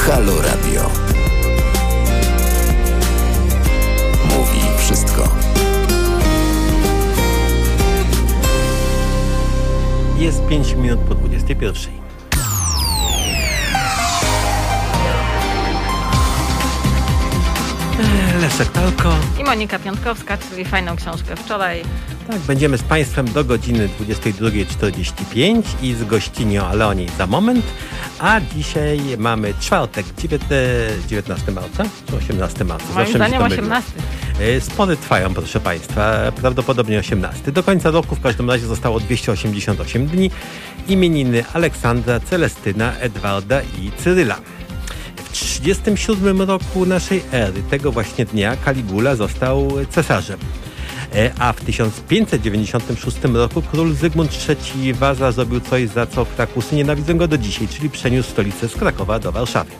Halo Radio. Mówi wszystko. Jest 5 minut po 21. Leszek Talko i Monika Piątkowska, czyli Fajną książkę wczoraj. Tak, będziemy z Państwem do godziny 22:45 i z gościnią, ale o niej za moment. A dzisiaj mamy czwartek, 19 marca, czy 18 marca? Moim zdaniem 18. Spory trwają, proszę Państwa, prawdopodobnie 18. Do końca roku w każdym razie zostało 288 dni. Imieniny Aleksandra, Celestyna, Edwarda i Cyryla. W 37 roku naszej ery, tego właśnie dnia, Kaligula został cesarzem. A w 1596 roku król Zygmunt III Waza zrobił coś, za co Krakusy nienawidzą go do dzisiaj, czyli przeniósł stolicę z Krakowa do Warszawy.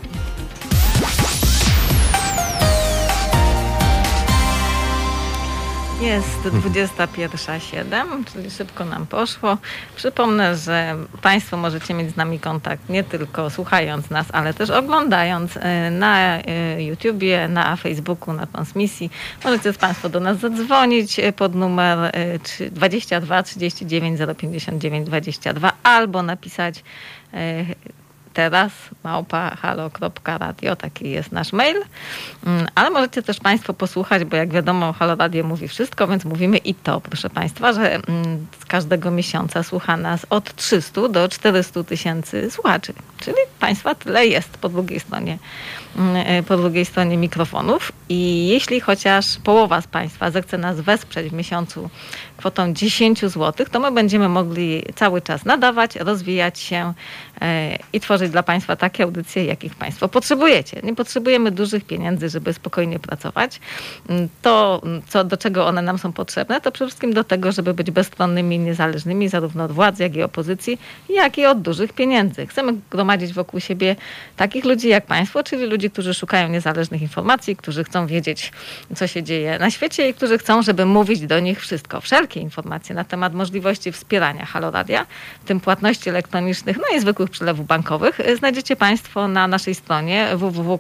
Jest 21:07, czyli szybko nam poszło. Przypomnę, że Państwo możecie mieć z nami kontakt nie tylko słuchając nas, ale też oglądając na YouTubie, na Facebooku, na transmisji. Możecie Państwo do nas zadzwonić pod numer 22 39 059 22 albo napisać teraz @halo.radio, taki jest nasz mail. Ale możecie też Państwo posłuchać, bo jak wiadomo, Halo Radio mówi wszystko, więc mówimy i to, proszę Państwa, że z każdego miesiąca słucha nas od 300 do 400 tysięcy słuchaczy. Czyli Państwa tyle jest po drugiej stronie mikrofonów. I jeśli chociaż połowa z Państwa zechce nas wesprzeć w miesiącu kwotą 10 zł, to my będziemy mogli cały czas nadawać, rozwijać się i tworzyć dla Państwa takie audycje, jakich Państwo potrzebujecie. Nie potrzebujemy dużych pieniędzy, żeby spokojnie pracować. To, do czego one nam są potrzebne, to przede wszystkim do tego, żeby być bezstronnymi i niezależnymi zarówno od władzy, jak i opozycji, jak i od dużych pieniędzy. Chcemy gromadzić wokół siebie takich ludzi jak Państwo, czyli ludzi, którzy szukają niezależnych informacji, którzy chcą wiedzieć, co się dzieje na świecie i którzy chcą, żeby mówić do nich wszystko. Wszelkie informacje na temat możliwości wspierania Halo Radia, w tym płatności elektronicznych, no i zwykłych przelewów bankowych, znajdziecie Państwo na naszej stronie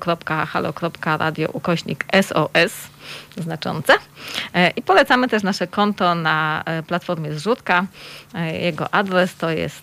www.halo.radio/SOS znaczące. I polecamy też nasze konto na platformie Zrzutka. Jego adres to jest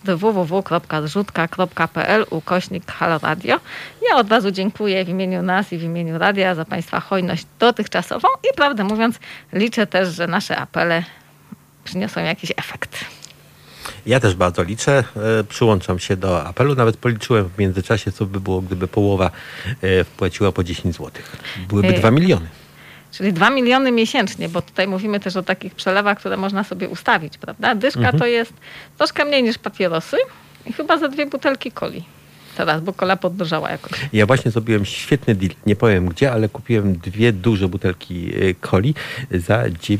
www.zrzutka.pl/Halo Radio. Ja od razu dziękuję w imieniu nas i w imieniu radia za Państwa hojność dotychczasową i prawdę mówiąc liczę też, że nasze apele przyniosą jakiś efekt. Ja też bardzo liczę. Przyłączam się do apelu. Nawet policzyłem w międzyczasie, co by było, gdyby połowa wpłaciła po 10 zł. Byłyby 2 miliony. Czyli 2 miliony miesięcznie, bo tutaj mówimy też o takich przelewach, które można sobie ustawić, prawda? Dyszka to jest troszkę mniej niż papierosy i chyba za 2 butelki coli. Teraz, bo kola podrożała jakoś. Ja właśnie zrobiłem świetny deal. Nie powiem gdzie, ale kupiłem 2 duże butelki coli za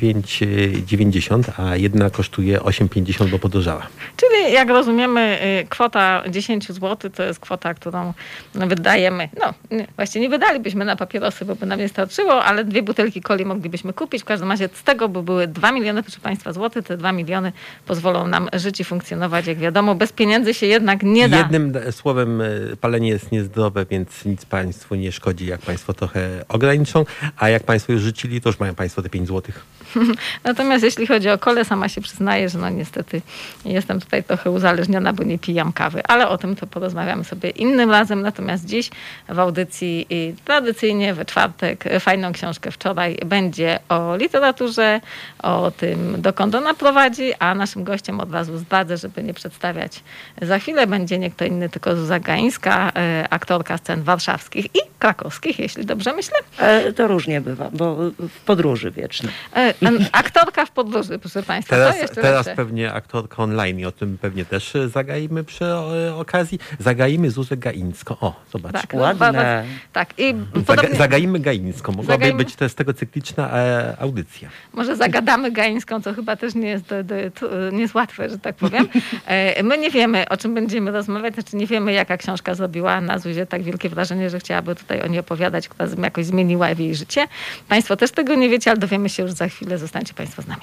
9,90, a jedna kosztuje 8,50, bo podrożała. Czyli jak rozumiemy, kwota 10 zł to jest kwota, którą wydajemy. No, właściwie nie wydalibyśmy na papierosy, bo by nam nie starczyło, ale 2 butelki coli moglibyśmy kupić. W każdym razie z tego, bo były 2 miliony, proszę Państwa, złotych, te 2 miliony pozwolą nam żyć i funkcjonować. Jak wiadomo, bez pieniędzy się jednak nie da. Jednym słowem, palenie jest niezdrowe, więc nic Państwu nie szkodzi, jak Państwo trochę ograniczą, a jak Państwo już życzyli, to już mają Państwo te 5 zł. Natomiast jeśli chodzi o kolę, sama się przyznaję, że no niestety jestem tutaj trochę uzależniona, bo nie pijam kawy, ale o tym to porozmawiamy sobie innym razem. Natomiast dziś w audycji tradycyjnie we czwartek Fajną książkę wczoraj będzie o literaturze, o tym, dokąd ona prowadzi, a naszym gościem od razu zdradzę, żeby nie przedstawiać za chwilę, będzie nie kto inny, tylko Zuzanna Gaińska, aktorka scen warszawskich i krakowskich, jeśli dobrze myślę. To różnie bywa, bo w podróży wieczne. Aktorka w podróży, proszę Państwa. Teraz pewnie aktorka online i o tym pewnie też zagaimy przy okazji. Zagaimy Zuzę Gaińską. O, zobacz. Tak, ładne. Tak. I zagaimy Gaińską. Mogłaby być to z tego cykliczna audycja. Może zagadamy Gaińską, co chyba też nie jest łatwe, że tak powiem. My nie wiemy, o czym będziemy rozmawiać, znaczy nie wiemy, jaka książka zrobiła na Zuzie tak wielkie wrażenie, że chciałaby tutaj o niej opowiadać, która jakoś zmieniła w jej życie. Państwo też tego nie wiecie, ale dowiemy się już za chwilę. Zostańcie Państwo z nami.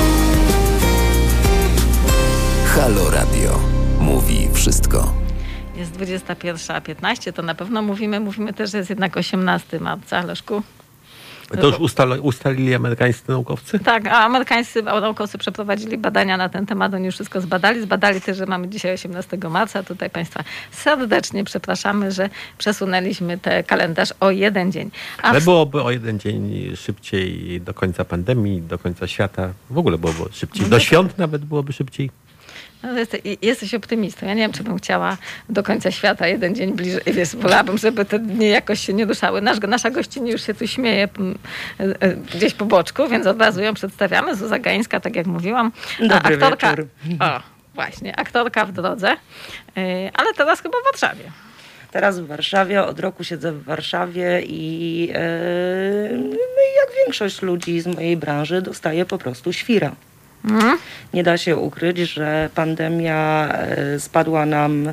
Halo Radio. Mówi wszystko. Jest 21:15, to na pewno mówimy też, że jest jednak 18 marca, Leszku. To już ustalili amerykańscy naukowcy? Tak, a amerykańscy naukowcy przeprowadzili badania na ten temat, oni już wszystko zbadali. Zbadali też, że mamy dzisiaj 18 marca. Tutaj Państwa serdecznie przepraszamy, że przesunęliśmy ten kalendarz o jeden dzień. Ale byłoby o jeden dzień szybciej do końca pandemii, do końca świata. W ogóle byłoby szybciej. Do świąt nawet byłoby szybciej. No, jesteś optymistą. Ja nie wiem, czy bym chciała do końca świata jeden dzień bliżej. Wiesz, wolałabym, żeby te dni jakoś się nie ruszały. Nasza gościni już się tu śmieje gdzieś po boczku, więc od razu ją przedstawiamy. Zuza Gaińska, tak jak mówiłam. Dobry aktorka, wieczór. O, właśnie, aktorka w drodze, ale teraz chyba w Warszawie. Teraz w Warszawie, od roku siedzę w Warszawie i jak większość ludzi z mojej branży dostaję po prostu świra. Nie da się ukryć, że pandemia spadła nam,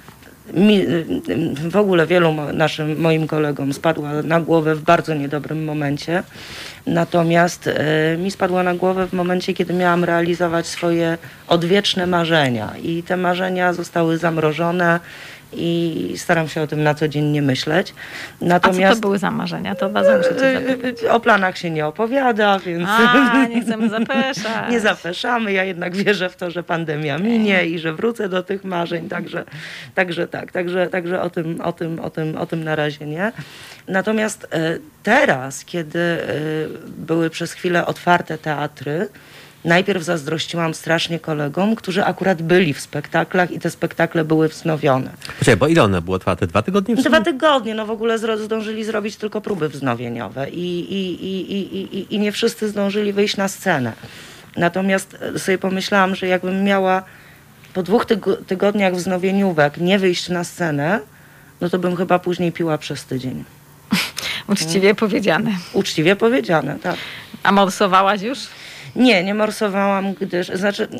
w ogóle wielu moim kolegom spadła na głowę w bardzo niedobrym momencie. Natomiast mi spadła na głowę w momencie, kiedy miałam realizować swoje odwieczne marzenia. I te marzenia zostały zamrożone i staram się o tym na co dzień nie myśleć. Natomiast... A co to były za marzenia? To bardzo muszę cię zapytać. O planach się nie opowiada, więc... nie chcemy zapeszać. Nie zapeszamy. Ja jednak wierzę w to, że pandemia minie i że wrócę do tych marzeń. Także o tym na razie nie. Natomiast teraz, kiedy były przez chwilę otwarte teatry, najpierw zazdrościłam strasznie kolegom, którzy akurat byli w spektaklach i te spektakle były wznowione. Poczekaj, bo ile one były otwarte? 2 tygodnie? 2 tygodnie. No w ogóle zdążyli zrobić tylko próby wznowieniowe i nie wszyscy zdążyli wyjść na scenę. Natomiast sobie pomyślałam, że jakbym miała po 2 tygodniach wznowieniówek nie wyjść na scenę, no to bym chyba później piła przez tydzień. Uczciwie powiedziane. Uczciwie powiedziane, tak. A morsowałaś już? Nie morsowałam, gdyż,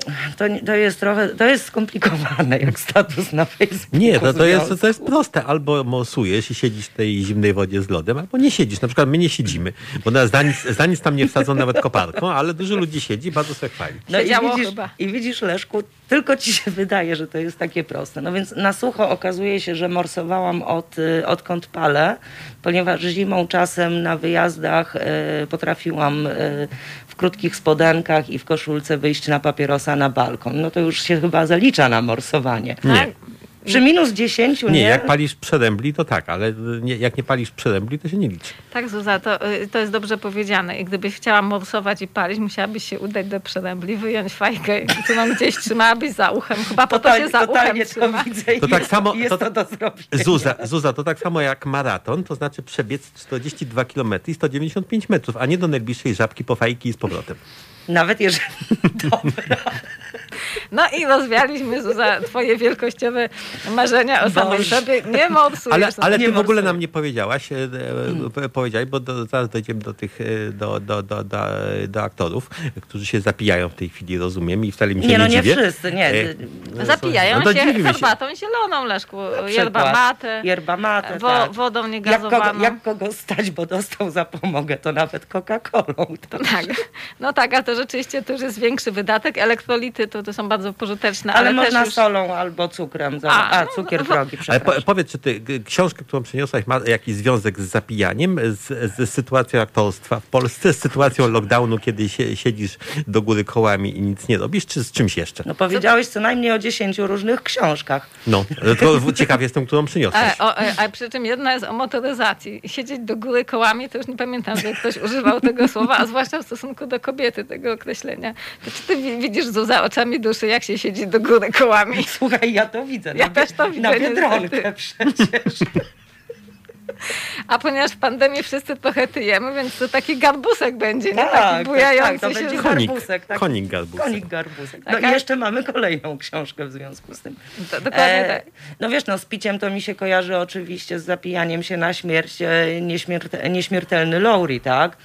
to jest skomplikowane, jak status na Facebooku. Nie, to jest proste. Albo morsujesz i siedzisz w tej zimnej wodzie z lodem, albo nie siedzisz. Na przykład my nie siedzimy, bo za nic tam nie wsadzą nawet koparką, ale dużo ludzi siedzi, bardzo sobie chwali. No i widzisz, Leszku, tylko ci się wydaje, że to jest takie proste. No więc na sucho okazuje się, że morsowałam odkąd palę, ponieważ zimą czasem na wyjazdach potrafiłam w krótkich spodenkach i w koszulce wyjść na papierosa na balkon. No to już się chyba zalicza na morsowanie. Nie. Przy -10 nie? Nie, jak palisz przerębli, to tak, ale jak nie palisz przerębli, to się nie liczy. Tak, Zuza, to jest dobrze powiedziane. I gdybyś chciała morsować i palić, musiałabyś się udać do przerębli, wyjąć fajkę, którą gdzieś trzymałabyś za uchem. Chyba po to się za uchem trzyma. To tak samo, jest to do zrobienia. Zuza, to tak samo jak maraton, to znaczy przebiec 42 km i 195 metrów, a nie do najbliższej żabki po fajki i z powrotem. Nawet jeżeli... Dobra. No i rozwialiśmy, Zuza, twoje wielkościowe marzenia o samej sobie. Nie morsujesz. Ale ty w ogóle nam nie powiedziałaś, bo zaraz dojdziemy do aktorów, którzy się zapijają w tej chwili, rozumiem, i wcale mi się nie dziwię. Nie wszyscy, nie. Zapijają się herbatą zieloną, Leszku. Yerba mate, tak. Wodą niegazowaną. Jak kogo stać, bo dostał zapomogę, to nawet Coca-Colą. Tak. No tak, ale to rzeczywiście to już jest większy wydatek. Elektrolity to są bardzo pożyteczne. Ale można też już... solą albo cukrem. Cukier drogi, przepraszam. Ale powiedz, czy ty książkę, którą przyniosłaś, ma jakiś związek z zapijaniem, z sytuacją aktorstwa w Polsce, z sytuacją lockdownu, kiedy siedzisz do góry kołami i nic nie robisz, czy z czymś jeszcze? No powiedziałeś co najmniej o 10 różnych książkach. No, to ciekaw jestem, którą przyniosłaś. A przy czym jedna jest o motoryzacji. Siedzieć do góry kołami, to już nie pamiętam, że ktoś używał tego słowa, a zwłaszcza w stosunku do kobiety tego określenia. To czy ty widzisz, Zuza, oczami duszy, jak się siedzi do góry kołami? Słuchaj, ja to widzę. Ja też to widzę. Na Biedronkę przecież. A ponieważ w pandemii wszyscy trochę tyjemy, więc to taki garbusek będzie, nie? Taki bujający to się. będzie garbusek. Tak? Konik garbusek. Konik garbusek. No i jeszcze mamy kolejną książkę w związku z tym. Dokładnie tak. No wiesz, z piciem to mi się kojarzy oczywiście z zapijaniem się na śmierć nieśmiertelny Lowry, tak?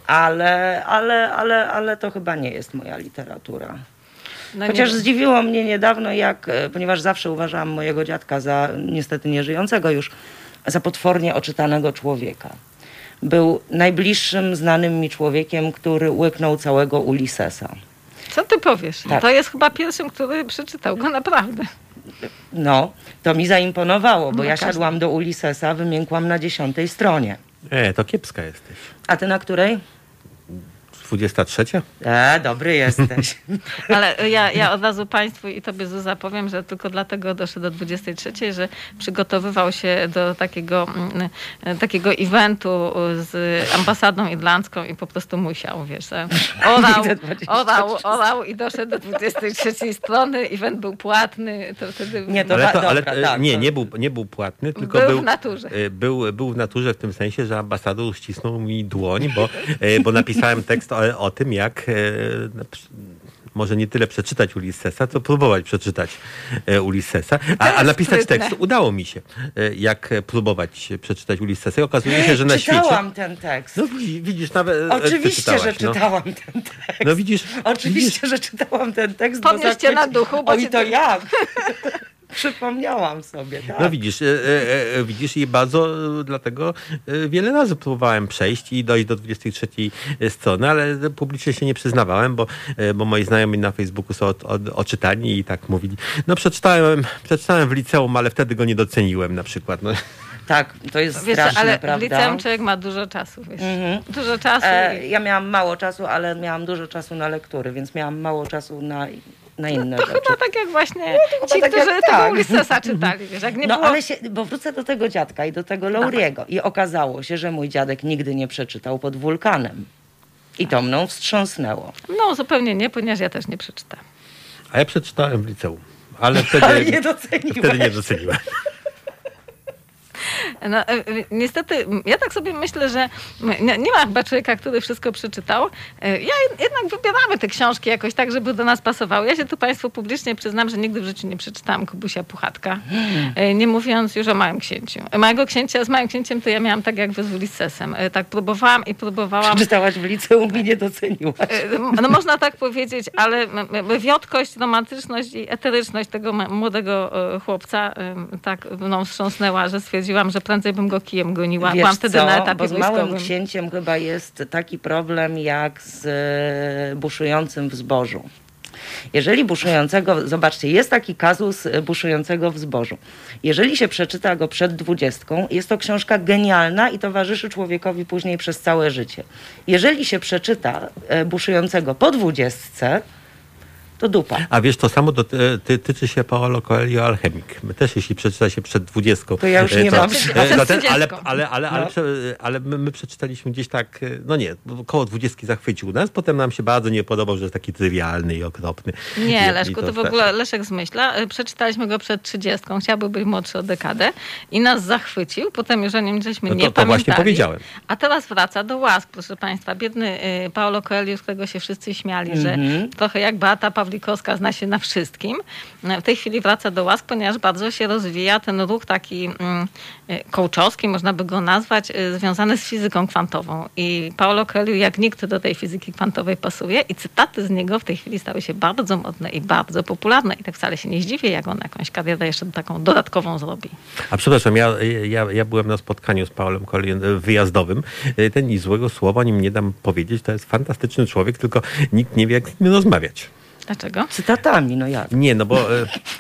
Ale to chyba nie jest moja literatura. No chociaż zdziwiło mnie niedawno, ponieważ zawsze uważałam mojego dziadka za niestety nieżyjącego już, za potwornie oczytanego człowieka. Był najbliższym znanym mi człowiekiem, który łyknął całego Ulyssesa. Co ty powiesz? Tak. To jest chyba pierwszym, który przeczytał go naprawdę. No, to mi zaimponowało, bo No, ja każdy. siadłam do Ulyssesa, wymiękłam na 10 stronie. To kiepska jesteś. A ty na której? 23? Dobry jesteś. Ale ja od razu Państwu i Tobie, Zuza, powiem, że tylko dlatego doszedł do 23, że przygotowywał się do takiego eventu z ambasadą irlandzką i po prostu musiał, wiesz. Orał i doszedł do 23 strony. Event był płatny, to wtedy... Nie, to Nie był płatny, tylko był w naturze. Był w naturze w tym sensie, że ambasador ścisnął mi dłoń, bo napisałem tekst o tym, jak może nie tyle przeczytać Ulyssesa, co próbować przeczytać Ulyssesa. A napisać tekst udało mi się, jak próbować przeczytać Ulyssesa. I okazuje się, że na świecie... Czytałam ten tekst. No widzisz, nawet... Oczywiście, że czytałam ten tekst. No widzisz... Oczywiście, że czytałam ten tekst. Podnieście na duchu. Bo i to jak? Przypomniałam sobie, tak. No widzisz i bardzo dlatego wiele razy próbowałem przejść i dojść do 23 strony, ale publicznie się nie przyznawałem, bo moi znajomi na Facebooku są oczytani i tak mówili, no przeczytałem w liceum, ale wtedy go nie doceniłem na przykład. No. Tak, to jest straszne, ale prawda? w liceum człowiek ma dużo czasu, wiesz. Dużo czasu. Ja miałam mało czasu, ale miałam dużo czasu na lektury, więc miałam mało czasu na inne rzeczy. Chyba tak jak właśnie ci, tak którzy jak tego Ulyssesa czytali. Wiesz, jak nie było... ale bo wrócę do tego dziadka i do tego Lauriego. I okazało się, że mój dziadek nigdy nie przeczytał Pod wulkanem. I to mną wstrząsnęło. No zupełnie nie, ponieważ ja też nie przeczytałem. A ja przeczytałem w liceum, ale wtedy nie doceniłem. No, niestety, ja tak sobie myślę, że nie ma chyba człowieka, który wszystko przeczytał. Jednak wybieramy te książki jakoś tak, żeby do nas pasowały. Ja się tu Państwu publicznie przyznam, że nigdy w życiu nie przeczytałam Kubusia Puchatka. Nie mówiąc już o Małym Księciu. Małego Księcia z Małym Księciem to ja miałam tak jak wy z Ulyssesem. Tak próbowałam. Przeczytałaś w liceum i nie doceniłaś. No można tak powiedzieć, ale wiotkość, romantyczność i eteryczność tego młodego chłopca tak mną wstrząsnęła, że stwierdziłam, że prędzej bym go kijem goniła. Wiesz Byłam wtedy co? na etapie Bo z wojskowym. Małym Księciem chyba jest taki problem jak z buszującym w zbożu. Jeżeli zobaczcie, jest taki kazus buszującego w zbożu. Jeżeli się przeczyta go przed 20, jest to książka genialna i towarzyszy człowiekowi później przez całe życie. Jeżeli się przeczyta buszującego po 20, to dupa. A wiesz, to samo tyczy się Paolo Coelho Alchemik. My też, jeśli przeczyta się przed 20... To ja już nie mam. Ale my przeczytaliśmy gdzieś tak, no nie, koło 20 zachwycił nas, potem nam się bardzo nie podobał, że jest taki trywialny i okropny. Nie, Leszku, to w ogóle Leszek zmyśla. Przeczytaliśmy go przed 30, chciałby być młodszy o dekadę i nas zachwycił, potem już o nim żeśmy nie pamiętali. To właśnie powiedziałem. A teraz wraca do łask, proszę Państwa. Biedny Paolo Coelho, z którego się wszyscy śmiali, że trochę jak Beata Pawlikowska zna się na wszystkim. W tej chwili wraca do łask, ponieważ bardzo się rozwija ten ruch taki coachowski, można by go nazwać, związany z fizyką kwantową. I Paolo Coelho jak nikt do tej fizyki kwantowej pasuje i cytaty z niego w tej chwili stały się bardzo modne i bardzo popularne. I tak wcale się nie zdziwię, jak on jakąś karierę jeszcze taką dodatkową zrobi. A przepraszam, ja byłem na spotkaniu z Paolem Coelho wyjazdowym. Ten nic złego słowa o nim nie dam powiedzieć. To jest fantastyczny człowiek, tylko nikt nie wie, jak z nim rozmawiać. Dlaczego? Cytatami, no jak? Nie, no bo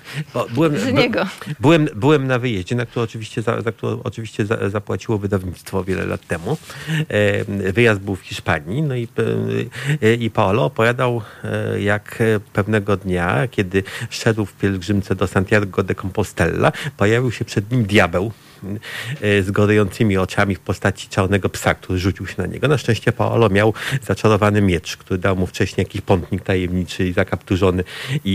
byłem na wyjeździe, za który oczywiście zapłaciło wydawnictwo wiele lat temu. Wyjazd był w Hiszpanii, no i Paolo opowiadał, jak pewnego dnia, kiedy szedł w pielgrzymce do Santiago de Compostela, pojawił się przed nim diabeł z gorejącymi oczami w postaci czarnego psa, który rzucił się na niego. Na szczęście Paolo miał zaczarowany miecz, który dał mu wcześniej jakiś pątnik tajemniczy i zakapturzony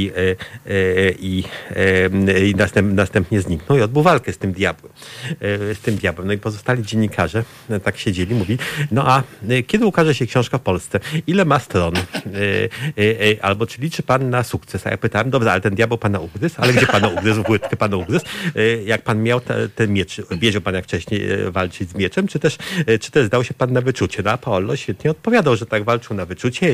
i następnie zniknął i odbył walkę z tym diabłem. No i pozostali dziennikarze tak siedzieli, mówili, no a kiedy ukaże się książka w Polsce? Ile ma stron? Albo czy liczy pan na sukces? A ja pytałem, dobrze, ale ten diabeł pana ugryzł? Ale gdzie pana ugryzł? W łydkę pana ugryzł? Jak pan miał ten miecz, wiedział pan jak wcześniej walczyć z mieczem, czy też zdał się pan na wyczucie? No a Paolo świetnie odpowiadał, że tak walczył na wyczucie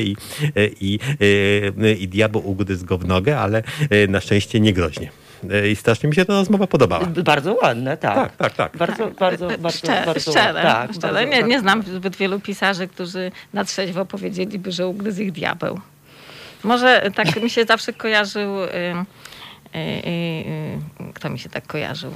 i diabeł ugryzł go w nogę, ale na szczęście nie groźnie. I strasznie mi się ta rozmowa podobała. Bardzo ładne, tak. Tak. Bardzo szczere. Tak, nie znam zbyt wielu pisarzy, którzy na trzeźwo powiedzieliby, że ugryzł ich diabeł. Może tak mi się zawsze kojarzył kto mi się tak kojarzył.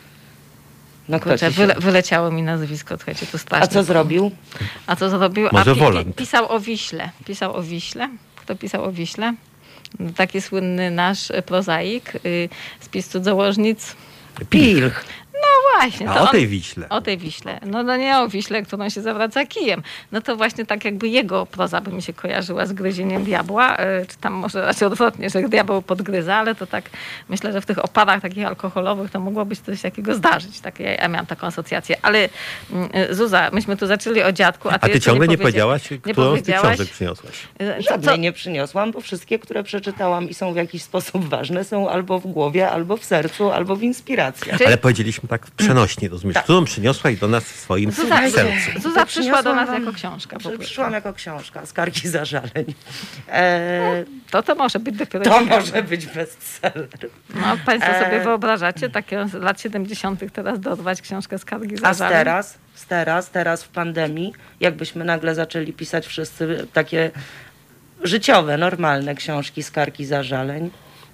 No kto Kurczę, ci się... wyleciało mi nazwisko, słuchajcie, to strasznie. A co zrobił? A co zrobił? Może Woland. Pisał o Wiśle. Pisał o Wiśle. Kto pisał o Wiśle? Taki słynny nasz prozaik, spis cudzołożnic. Pilch. No właśnie. A o tej Wiśle. O tej Wiśle. No nie o Wiśle, którą się zawraca kijem. No to właśnie tak jakby jego proza by mi się kojarzyła z gryzieniem diabła, czy tam może raczej odwrotnie, że diabeł podgryza, ale to tak myślę, że w tych oparach takich alkoholowych to mogło być coś takiego zdarzyć. Tak, ja miałam taką asocjację. Ale Zuza, myśmy tu zaczęli o dziadku, a ty ciągle nie powiedziałaś, którą z tych książek przyniosłaś. Żadnej nie przyniosłam, bo wszystkie, które przeczytałam i są w jakiś sposób ważne, są albo w głowie, albo w sercu, albo w inspiracjach. Ale powiedzieliśmy tak przenośnie, rozumiesz, Tak. którą przyniosłaś do nas w swoim sercu. Zuza przyszła do nas jako książka. Przyszłam jako książka, Skargi zażaleń. To może być dopiero To ciekawe. może być bestseller. No, państwo sobie wyobrażacie, takie z lat 70. teraz dorwać książkę Skargi A zażaleń? teraz w pandemii, jakbyśmy nagle zaczęli pisać wszyscy takie życiowe, normalne książki, Skargi zażaleń.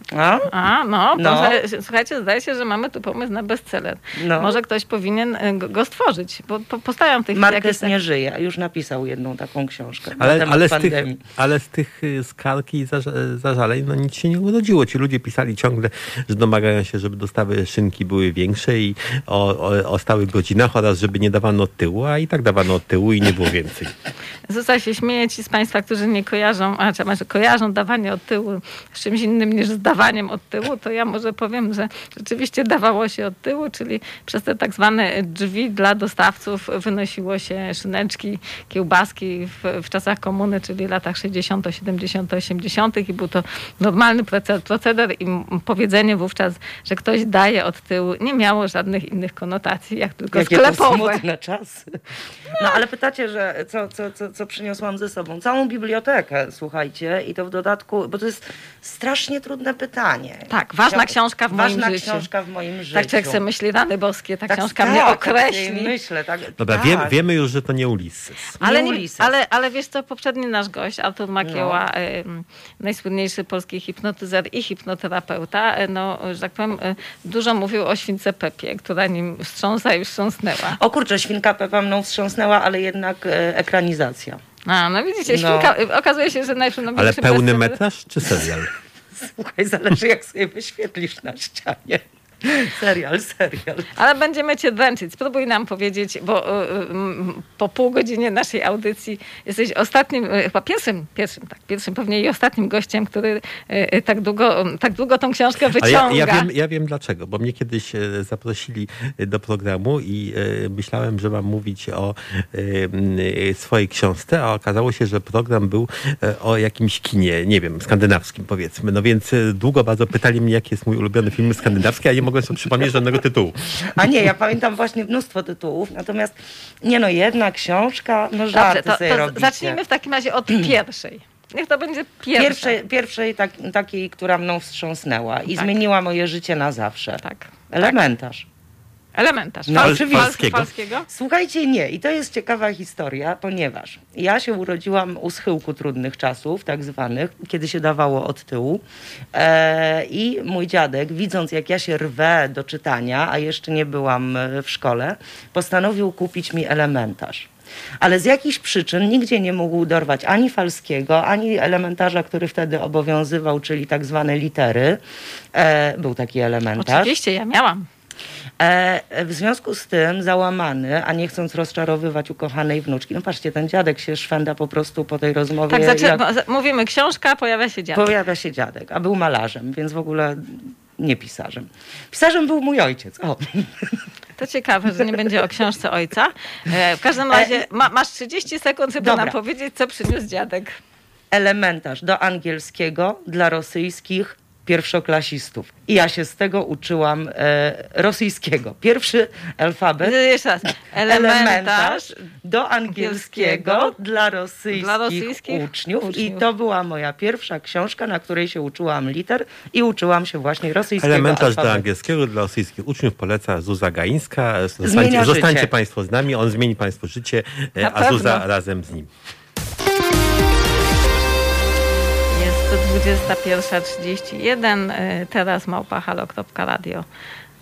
No. No. Słuchajcie, zdaje się, że mamy tu pomysł na bestseller. No. Może ktoś powinien go stworzyć, bo powstają tych Marquez jakieś... nie żyje, już napisał jedną taką książkę na Ale, temat pandemii. ale z tych skarg i zażaleń no nic się nie urodziło. Ci ludzie pisali ciągle, że domagają się, żeby dostawy szynki były większe i o stałych godzinach oraz żeby nie dawano od tyłu, a i tak dawano od tyłu i nie było więcej. Zuza się śmieje ci z państwa, którzy nie kojarzą, kojarzą dawanie od tyłu z czymś innym niż z dawaniem od tyłu, to ja może powiem, że rzeczywiście dawało się od tyłu, czyli przez te tak zwane drzwi dla dostawców wynosiło się szyneczki, kiełbaski w czasach komuny, czyli latach 60., 70., 80. i był to normalny proceder i powiedzenie wówczas, że ktoś daje od tyłu, nie miało żadnych innych konotacji, jak tylko Jakie sklepowe. to smutne czasy. No ale pytacie, że co przyniosłam ze sobą? Całą bibliotekę, słuchajcie, i to w dodatku, bo to jest strasznie trudne pytanie. Tak, ważna książka w moim życiu. Ważna książka w moim życiu. Tak człowiek sobie myśli, rany boskie, ta książka tak, mnie tak określi. sobie myślę, tak. Dobra, tak. wiemy już, że to nie Ulysses. Ale wiesz co, poprzedni nasz gość, Artur Makieła, najsłynniejszy polski hipnotyzer i hipnoterapeuta, że tak powiem, dużo mówił o śwince Pepie, która nim wstrząsa i wstrząsnęła. O kurczę, świnka Pepa mną wstrząsnęła, ale jednak ekranizacja. No widzicie, świnka, okazuje się, że najprzynajmniejszy... Ale pełny metraż czy serial? Słuchaj, zależy jak sobie wyświetlisz na ścianie. Serial. Ale będziemy cię dręczyć. Spróbuj nam powiedzieć, bo po pół godzinie naszej audycji jesteś ostatnim, chyba pierwszym pewnie i ostatnim gościem, który tak długo tą książkę wyciąga. Ale ja wiem dlaczego, bo mnie kiedyś zaprosili do programu i myślałem, że mam mówić o swojej książce, a okazało się, że program był o jakimś kinie, nie wiem, skandynawskim powiedzmy. No więc długo bardzo pytali mnie, jaki jest mój ulubiony film skandynawski, a nie mogłem sobie przypomnieć żadnego tytułu. A nie, ja pamiętam właśnie mnóstwo tytułów, natomiast jedna książka, żarty Dobrze, sobie to robicie. zacznijmy w takim razie od pierwszej. Niech to będzie pierwsza. Pierwszej takiej, która mną wstrząsnęła i zmieniła moje życie na zawsze. Tak. Elementarz. Elementarz. No, oczywiście. Falskiego? Słuchajcie, nie. I to jest ciekawa historia, ponieważ ja się urodziłam u schyłku trudnych czasów, tak zwanych, kiedy się dawało od tyłu. I mój dziadek, widząc jak ja się rwę do czytania, a jeszcze nie byłam w szkole, postanowił kupić mi elementarz. Ale z jakichś przyczyn nigdzie nie mógł dorwać ani Falskiego, ani elementarza, który wtedy obowiązywał, czyli tak zwane litery. Był taki elementarz. Oczywiście, ja miałam. W związku z tym załamany, a nie chcąc rozczarowywać ukochanej wnuczki, no patrzcie, ten dziadek się szwenda po prostu po tej rozmowie. Tak, mówimy książka, pojawia się dziadek. Pojawia się dziadek, a był malarzem, więc w ogóle nie pisarzem. Pisarzem był mój ojciec. O. To ciekawe, że nie będzie o książce ojca. W każdym razie masz 30 sekund, żeby nam powiedzieć, co przyniósł dziadek. Elementarz do angielskiego dla rosyjskich pierwszoklasistów. I ja się z tego uczyłam rosyjskiego. Pierwszy alfabet. Jeszcze raz. Elementarz do angielskiego dla rosyjskich uczniów. I to była moja pierwsza książka, na której się uczyłam liter i uczyłam się właśnie rosyjskiego Elementarz alfabetu. do angielskiego dla rosyjskich uczniów poleca Zuza Gaińska. życie. Zostańcie Państwo z nami, on zmieni Państwu życie, a Zuza razem z nim. Jest 21:31, teraz @halo.radio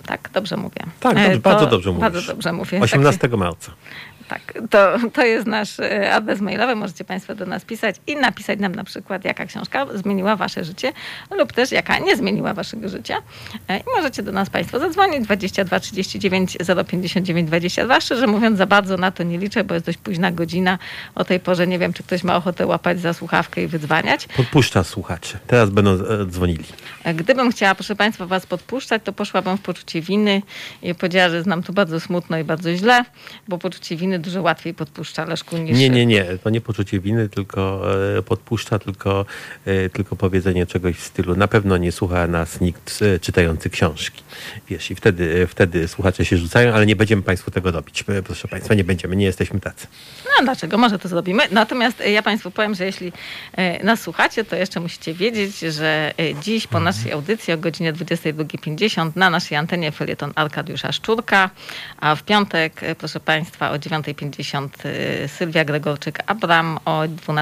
Tak, dobrze mówię. Tak, dobrze, bardzo dobrze mówisz. Bardzo dobrze mówię. 18 marca. Tak, to jest nasz adres mailowy. Możecie Państwo do nas pisać i napisać nam na przykład, jaka książka zmieniła Wasze życie lub też jaka nie zmieniła Waszego życia. I możecie do nas Państwo zadzwonić 22 39 059 22. Szczerze mówiąc, za bardzo na to nie liczę, bo jest dość późna godzina. O tej porze nie wiem, czy ktoś ma ochotę łapać za słuchawkę i wydzwaniać. Podpuszcza słuchaczy. Teraz będą dzwonili. Gdybym chciała, proszę Państwa, Was podpuszczać, to poszłabym w poczucie winy i powiedziała, że znam to bardzo smutno i bardzo źle, bo poczucie winy dużo łatwiej podpuszcza, Leszku, niż... Nie. To nie poczucie winy, tylko podpuszcza, tylko powiedzenie czegoś w stylu na pewno nie słucha nas nikt czytający książki. Wiesz, i wtedy słuchacze się rzucają, ale nie będziemy Państwu tego robić. Proszę Państwa, nie będziemy, nie jesteśmy tacy. No dlaczego? Może to zrobimy. Natomiast ja Państwu powiem, że jeśli nas słuchacie, to jeszcze musicie wiedzieć, że dziś po naszej audycji o godzinie 22:50 na naszej antenie felieton Arkadiusza Szczurka, a w piątek, proszę Państwa, o 9:50 Sylwia Gregorczyk-Abram, o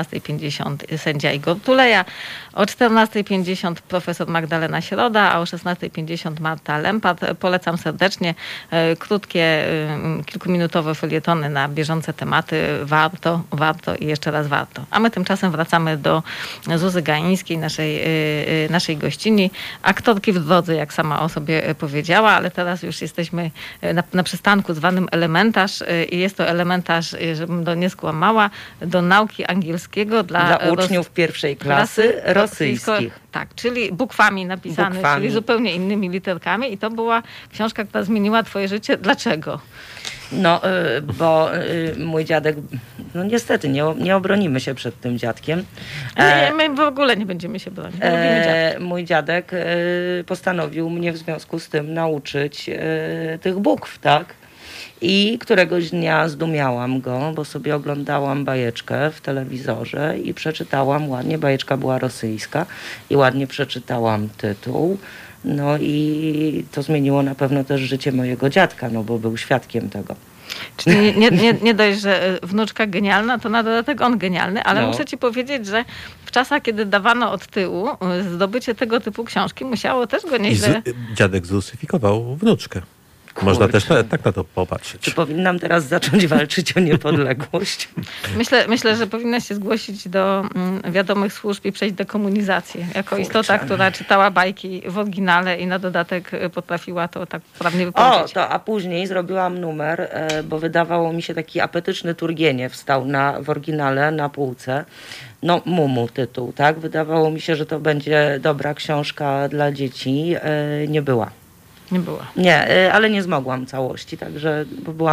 12:50 sędzia Igor Tuleja, o 14:50 profesor Magdalena Środa, a o 16:50 Marta Lempart. Polecam serdecznie krótkie, kilkuminutowe felietony na bieżące tematy. Warto i jeszcze raz warto. A my tymczasem wracamy do Zuzy Gaińskiej, naszej gościni. Aktorki w drodze, jak sama o sobie powiedziała, ale teraz już jesteśmy na przystanku zwanym elementarz i jest to elementarz, żebym to nie skłamała, do nauki angielskiego dla uczniów pierwszej klasy rosyjskich. Tak, czyli bukwami napisany, czyli zupełnie innymi literkami i to była książka, która zmieniła twoje życie. Dlaczego? No, bo mój dziadek, no niestety, nie obronimy się przed tym dziadkiem. My w ogóle nie będziemy się bronić. Mój dziadek postanowił mnie w związku z tym nauczyć tych bukw, tak? I któregoś dnia zdumiałam go, bo sobie oglądałam bajeczkę w telewizorze i przeczytałam ładnie, bajeczka była rosyjska i ładnie przeczytałam tytuł. No i to zmieniło na pewno też życie mojego dziadka, no bo był świadkiem tego. Czyli nie dość, że wnuczka genialna, to na dodatek on genialny, ale muszę ci powiedzieć, że w czasach, kiedy dawano od tyłu, zdobycie tego typu książki musiało też go nieźle... Dziadek zrusyfikował wnuczkę. Można też tak na to popatrzeć. Czy powinnam teraz zacząć walczyć o niepodległość? Myślę, że powinna się zgłosić do wiadomych służb i przejść dekomunizację. Jako istota, która czytała bajki w oryginale i na dodatek potrafiła to tak prawnie wypowiedzieć. A później zrobiłam numer, bo wydawało mi się taki apetyczny Turgieniew stał w oryginale na półce. No, Mumu tytuł, tak? Wydawało mi się, że to będzie dobra książka dla dzieci. Nie była. Nie była. Nie, ale nie zmogłam całości, także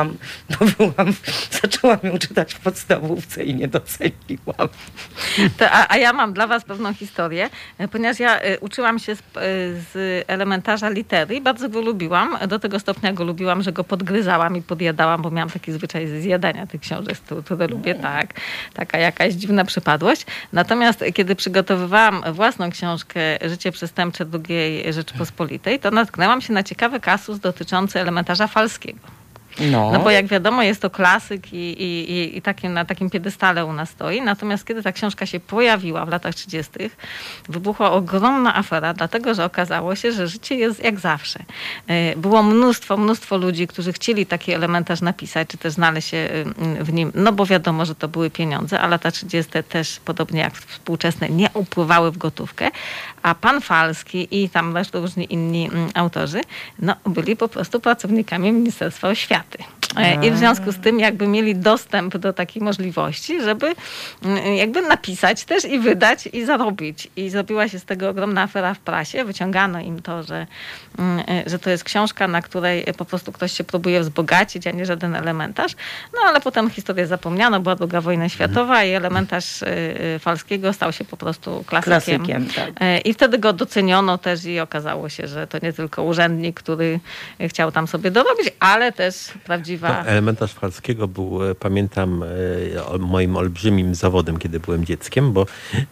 zaczęłam ją czytać w podstawówce i nie doceniłam. A ja mam dla was pewną historię, ponieważ ja uczyłam się z elementarza litery i bardzo go lubiłam. Do tego stopnia go lubiłam, że go podgryzałam i podjadałam, bo miałam taki zwyczaj ze zjadania tych książek, które lubię, tak. Taka jakaś dziwna przypadłość. Natomiast kiedy przygotowywałam własną książkę Życie przestępcze II Rzeczypospolitej, to natknęłam się na ciekawy kasus dotyczący elementarza falskiego. No bo jak wiadomo, jest to klasyk i na takim piedestale u nas stoi. Natomiast kiedy ta książka się pojawiła w latach 30., wybuchła ogromna afera, dlatego że okazało się, że życie jest jak zawsze. Było mnóstwo ludzi, którzy chcieli taki elementarz napisać, czy też znaleźć się w nim, no bo wiadomo, że to były pieniądze, a lata 30. też, podobnie jak współczesne, nie upływały w gotówkę, a pan Falski i tam zresztą różni inni autorzy, no byli po prostu pracownikami Ministerstwa Oświaty. I w związku z tym jakby mieli dostęp do takiej możliwości, żeby jakby napisać też i wydać i zarobić. I zrobiła się z tego ogromna afera w prasie. Wyciągano im to, że to jest książka, na której po prostu ktoś się próbuje wzbogacić, a nie żaden elementarz. No ale potem historię zapomniano, była II wojna światowa i elementarz Falskiego stał się po prostu klasykiem. Tak. I wtedy go doceniono też i okazało się, że to nie tylko urzędnik, który chciał tam sobie dorobić, ale też prawdziwa szczęśliwa. Elementarz Falskiego był, pamiętam, moim olbrzymim zawodem, kiedy byłem dzieckiem, bo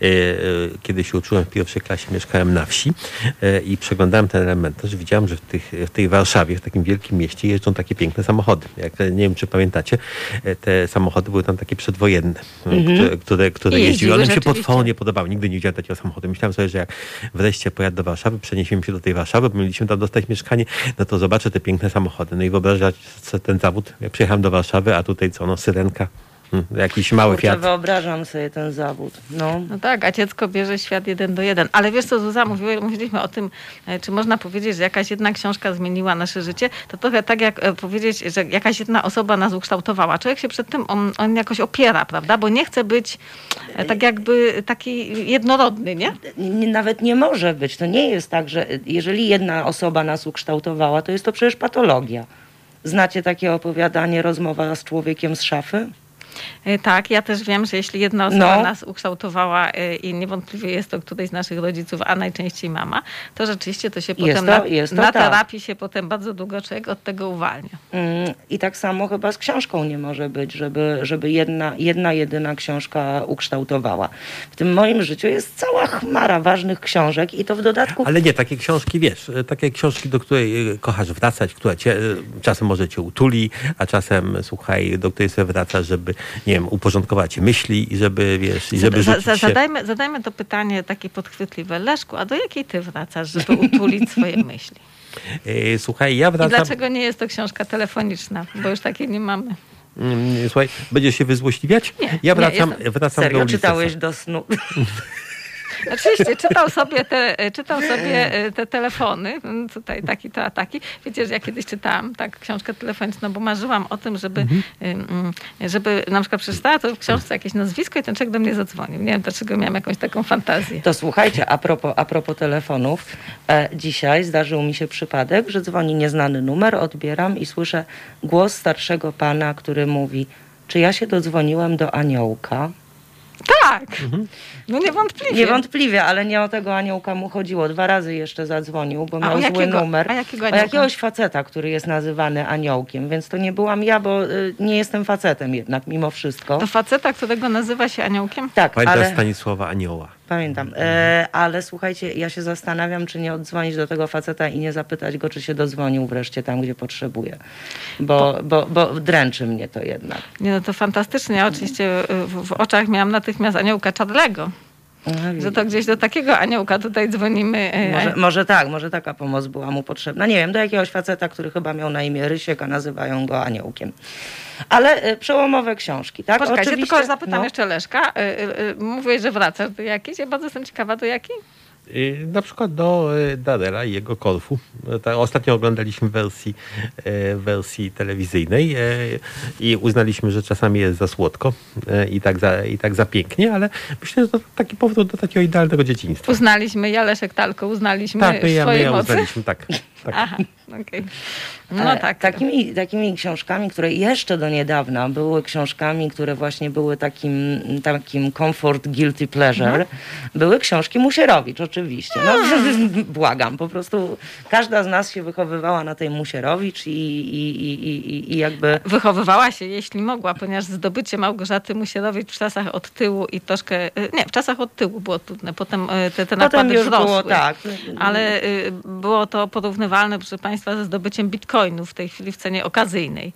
kiedy się uczyłem w pierwszej klasie, mieszkałem na wsi i przeglądałem ten elementarz. Widziałem, że w tej Warszawie, w takim wielkim mieście jeżdżą takie piękne samochody. Nie wiem, czy pamiętacie, te samochody były tam takie przedwojenne, które jeździły. One mi się potwornie podobały. Nigdy nie widziałem takiego samochodu. Myślałem sobie, że jak wreszcie pojadę do Warszawy, przeniesiemy się do tej Warszawy, bo mieliśmy tam dostać mieszkanie, no to zobaczę te piękne samochody. No i wyobrażać sobie ten zawód. Ja przyjechałem do Warszawy, a tutaj co, no syrenka, jakiś mały Fiat. Wyobrażam sobie ten zawód. No tak, a dziecko bierze świat 1:1. Ale wiesz co, Zuza, mówiliśmy o tym, czy można powiedzieć, że jakaś jedna książka zmieniła nasze życie. To trochę tak jak powiedzieć, że jakaś jedna osoba nas ukształtowała. Człowiek się przed tym on jakoś opiera, prawda? Bo nie chce być tak jakby taki jednorodny, nie? Nawet nie może być. To nie jest tak, że jeżeli jedna osoba nas ukształtowała, to jest to przecież patologia. Znacie takie opowiadanie Rozmowa z człowiekiem z szafy? Tak, ja też wiem, że jeśli jedna osoba nas ukształtowała i niewątpliwie jest to któryś z naszych rodziców, a najczęściej mama, to rzeczywiście to się potem na terapii się potem bardzo długo człowiek od tego uwalnia. I tak samo chyba z książką nie może być, żeby jedna jedyna książka ukształtowała. W tym moim życiu jest cała chmara ważnych książek i to w dodatku... Ale nie, takie książki, wiesz, takie książki, do której kochasz wracać, która cię czasem może cię utuli, a czasem, słuchaj, do której sobie wracasz, żeby, nie wiem, uporządkować myśli i żeby, wiesz, i żeby rzucić się... Zadajmy to pytanie takie podchwytliwe. Leszku, a do jakiej ty wracasz, żeby utulić swoje myśli? Słuchaj, ja wracam... I dlaczego nie jest to książka telefoniczna? Bo już takiej nie mamy. Słuchaj, będziesz się wyzłośliwiać? Nie, ja wracam Serio, do Ulyssesa. czytałeś do snu? Oczywiście, czytał sobie te telefony, tutaj taki to, a taki. Wiecie, że ja kiedyś czytałam książkę telefoniczną, bo marzyłam o tym, żeby na przykład przeczytała to w książce jakieś nazwisko i ten człowiek do mnie zadzwonił. Nie wiem, dlaczego miałam jakąś taką fantazję. To słuchajcie, a propos telefonów, dzisiaj zdarzył mi się przypadek, że dzwoni nieznany numer, odbieram i słyszę głos starszego pana, który mówi: czy ja się dodzwoniłem do aniołka? Tak, no niewątpliwie. Niewątpliwie, ale nie o tego aniołka mu chodziło. 2 razy jeszcze zadzwonił, bo miał zły numer. A jakiego aniołka? O jakiegoś faceta, który jest nazywany aniołkiem, więc to nie byłam ja, bo nie jestem facetem jednak, mimo wszystko. To faceta, którego nazywa się aniołkiem? Tak, Pamiętasz Stanisława Anioła? Pamiętam, ale słuchajcie, ja się zastanawiam, czy nie oddzwonić do tego faceta i nie zapytać go, czy się dodzwonił wreszcie tam, gdzie potrzebuje. Bo dręczy mnie to jednak. Nie, no to fantastycznie. Ja oczywiście w oczach miałam natychmiast aniołka Charlego. Że to gdzieś do takiego aniołka tutaj dzwonimy. Może taka pomoc była mu potrzebna. Nie wiem, do jakiegoś faceta, który chyba miał na imię Rysiek, a nazywają go aniołkiem. Ale przełomowe książki, tak? Poczekajcie, tylko zapytam jeszcze Leszka. Mówiłeś, że wracasz do jakiejś. Ja bardzo jestem ciekawa, do jakiej? Na przykład do Darela i jego Korfu. Ostatnio oglądaliśmy wersji telewizyjnej i uznaliśmy, że czasami jest za słodko i tak za pięknie, ale myślę, że to taki powrót do takiego idealnego dzieciństwa. Uznaliśmy, ja Leszek Talko, uznaliśmy swoje mocy. Uznaliśmy, tak. Aha, okej. No tak. Takimi książkami, które jeszcze do niedawna były książkami, które właśnie były takim comfort, guilty pleasure, były książki Musierowicz, oczywiście. No, błagam, po prostu każda z nas się wychowywała na tej Musierowicz i jakby... Wychowywała się, jeśli mogła, ponieważ zdobycie Małgorzaty Musierowicz w czasach od tyłu i troszkę... Nie, w czasach od tyłu było trudne. Potem te nakłady już wzrosły. Było, tak. Ale było to porównywalne, proszę Państwa, ze zdobyciem bitcoinów w tej chwili w cenie okazyjnej.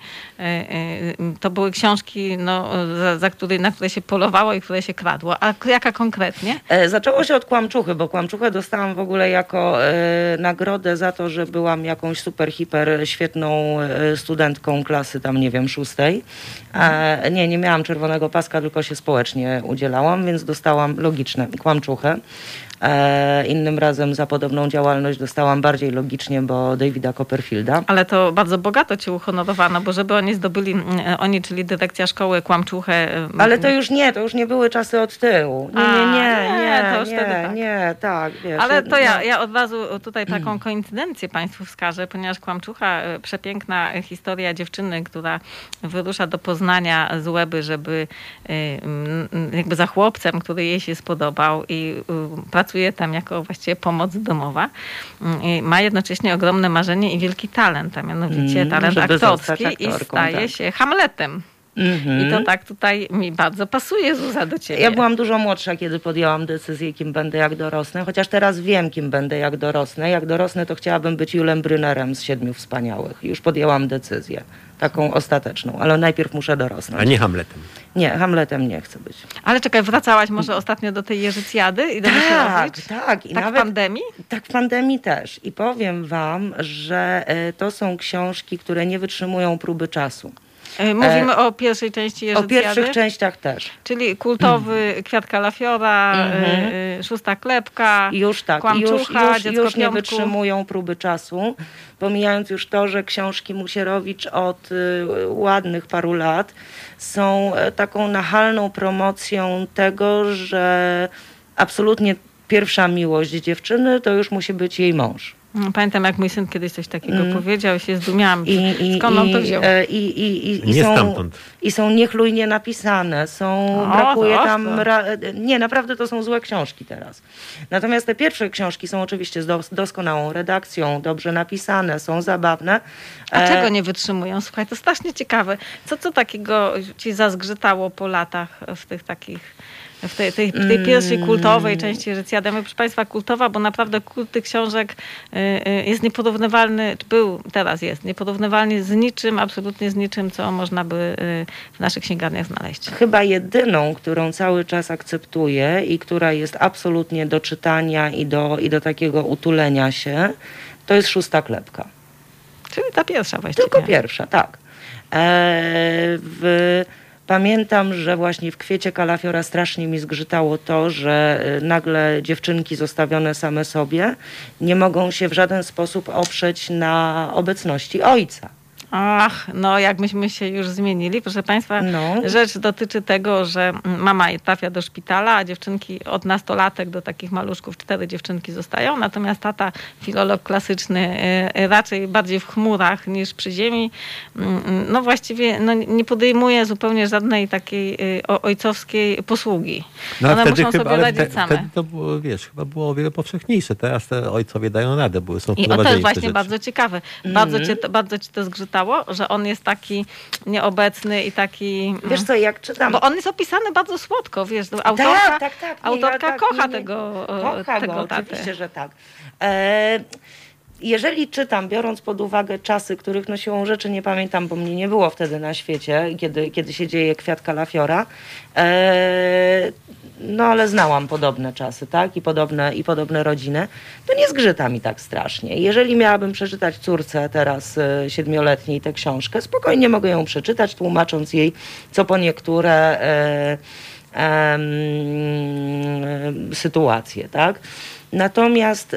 To były książki, na które się polowało i które się kradło. A jaka konkretnie? Zaczęło się od Kłamczuchy, bo Kłamczuchę dostałam w ogóle jako nagrodę za to, że byłam jakąś super, hiper świetną studentką klasy tam, nie wiem, 6. Nie miałam czerwonego paska, tylko się społecznie udzielałam, więc dostałam logiczne Kłamczuchę. Innym razem za podobną działalność dostałam bardziej logicznie, bo Davida Copperfielda. Ale to bardzo bogato cię uhonorowano, bo żeby oni zdobyli, czyli dyrekcja szkoły, Kłamczuchę... Ale to już nie były czasy od tyłu. Nie, tak, wiesz. Ale to ja od razu tutaj taką koincydencję Państwu wskażę, ponieważ Kłamczucha, przepiękna historia dziewczyny, która wyrusza do Poznania z Łeby, żeby jakby za chłopcem, który jej się spodobał i pracuje pracuje tam jako właściwie pomoc domowa. Ma jednocześnie ogromne marzenie i wielki talent, a mianowicie talent aktorski i staje się Hamletem. I to tak tutaj mi bardzo pasuje, Zuza, do ciebie. Ja byłam dużo młodsza, kiedy podjęłam decyzję, kim będę jak dorosnę, chociaż teraz wiem, kim będę jak dorosnę. Jak dorosnę, to chciałabym być Julem Brynnerem z Siedmiu Wspaniałych. Już podjęłam decyzję, taką ostateczną, ale najpierw muszę dorosnąć. A nie Hamletem. Nie, Hamletem nie chcę być. Ale czekaj, wracałaś może ostatnio do tej Jerzycjady i do Mysłowicz? Tak. I tak nawet w pandemii? Tak w pandemii też. I powiem wam, że to są książki, które nie wytrzymują próby czasu. Mówimy o pierwszej części Jerzycjady? O pierwszych częściach też. Czyli kultowy Kwiat Kalafiora, Szósta Klepka, już tak, Kłamczucha, już nie wytrzymują próby czasu. Pomijając już to, że książki Musierowicz od ładnych paru lat są taką nachalną promocją tego, że absolutnie pierwsza miłość dziewczyny to już musi być jej mąż. Pamiętam, jak mój syn kiedyś coś takiego powiedział i się zdumiałam, skąd on to wziął. I są niechlujnie napisane, brakuje tam... Nie, naprawdę to są złe książki teraz. Natomiast te pierwsze książki są oczywiście z doskonałą redakcją, dobrze napisane, są zabawne. A czego nie wytrzymują? Słuchaj, to strasznie ciekawe. Co takiego ci zazgrzytało po latach w tych takich... W tej pierwszej kultowej części Jerzycjady. Proszę Państwa, kultowa, bo naprawdę kult tych książek jest nieporównywalny, teraz jest nieporównywalny z niczym, absolutnie z niczym, co można by w naszych księgarniach znaleźć. Chyba jedyną, którą cały czas akceptuję i która jest absolutnie do czytania i do takiego utulenia się, to jest Szósta Klepka. Czyli ta pierwsza właściwie. Tylko pierwsza, tak. Pamiętam, że właśnie w Kwiecie Kalafiora strasznie mi zgrzytało to, że nagle dziewczynki zostawione same sobie nie mogą się w żaden sposób oprzeć na obecności ojca. Ach, no jak myśmy się już zmienili, proszę Państwa, rzecz dotyczy tego, że mama trafia do szpitala, a dziewczynki od nastolatek do takich maluszków 4 dziewczynki zostają, natomiast tata, filolog klasyczny, raczej bardziej w chmurach niż przy ziemi, no właściwie nie podejmuje zupełnie żadnej takiej ojcowskiej posługi. No, one muszą chyba, sobie radzić same. Wtedy to było, chyba było o wiele powszechniejsze. Teraz te ojcowie dają radę, są I to jest właśnie bardzo ciekawe. Bardzo ci to zgrzytało, że on jest taki nieobecny i taki... Wiesz co, jak czytam... Bo on jest opisany bardzo słodko, wiesz. Autorka kocha tego tatę. Oczywiście, że tak. Jeżeli czytam, biorąc pod uwagę czasy, których siłą rzeczy nie pamiętam, bo mnie nie było wtedy na świecie, kiedy się dzieje Kwiat Kalafiora, ale znałam podobne czasy, tak? I podobne rodziny, to nie zgrzyta mi tak strasznie. Jeżeli miałabym przeczytać córce teraz 7-letniej tę książkę, spokojnie mogę ją przeczytać, tłumacząc jej co po niektóre sytuacje, tak? Natomiast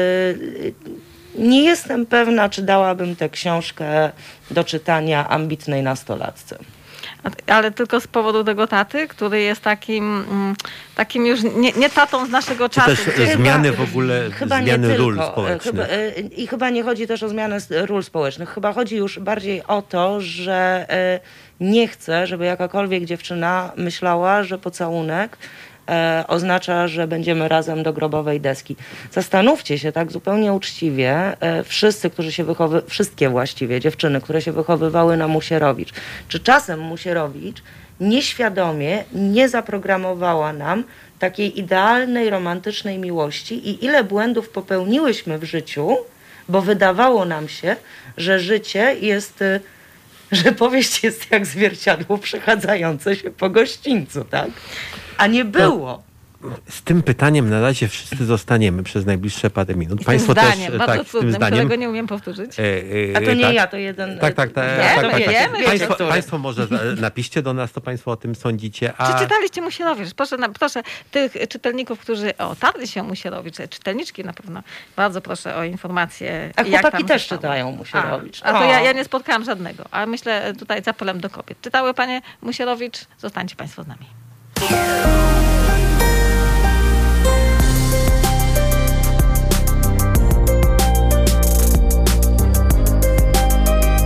nie jestem pewna, czy dałabym tę książkę do czytania ambitnej nastolatce. Ale tylko z powodu tego taty, który jest takim już nie tatą z naszego czasu. Też zmiany w ogóle, zmiany ról społecznych. I chyba nie chodzi też o zmianę ról społecznych. Chyba chodzi już bardziej o to, że nie chcę, żeby jakakolwiek dziewczyna myślała, że pocałunek oznacza, że będziemy razem do grobowej deski. Zastanówcie się tak zupełnie uczciwie, wszystkie właściwie dziewczyny, które się wychowywały na Musierowicz. Czy czasem Musierowicz nieświadomie nie zaprogramowała nam takiej idealnej, romantycznej miłości i ile błędów popełniłyśmy w życiu, bo wydawało nam się, że życie jest... że powieść jest jak zwierciadło przechadzające się po gościńcu, tak? A nie było. Z tym pytaniem na razie wszyscy zostaniemy przez najbliższe parę minut. Państwo zdaniem, też bardzo trudnym, którego nie umiem powtórzyć. A to nie ja, to jeden... Tak. Wiemy, Państwo może napiszcie do nas, co Państwo o tym sądzicie. Czy czytaliście Musierowicz? Proszę tych czytelników, którzy tarli się Musierowicz, czytelniczki na pewno, bardzo proszę o informacje. A chłopaki też czytają Musierowicz. A to ja nie spotkałam żadnego, a myślę tutaj z apelem do kobiet. Czytały Panie Musierowicz? Zostańcie Państwo z nami.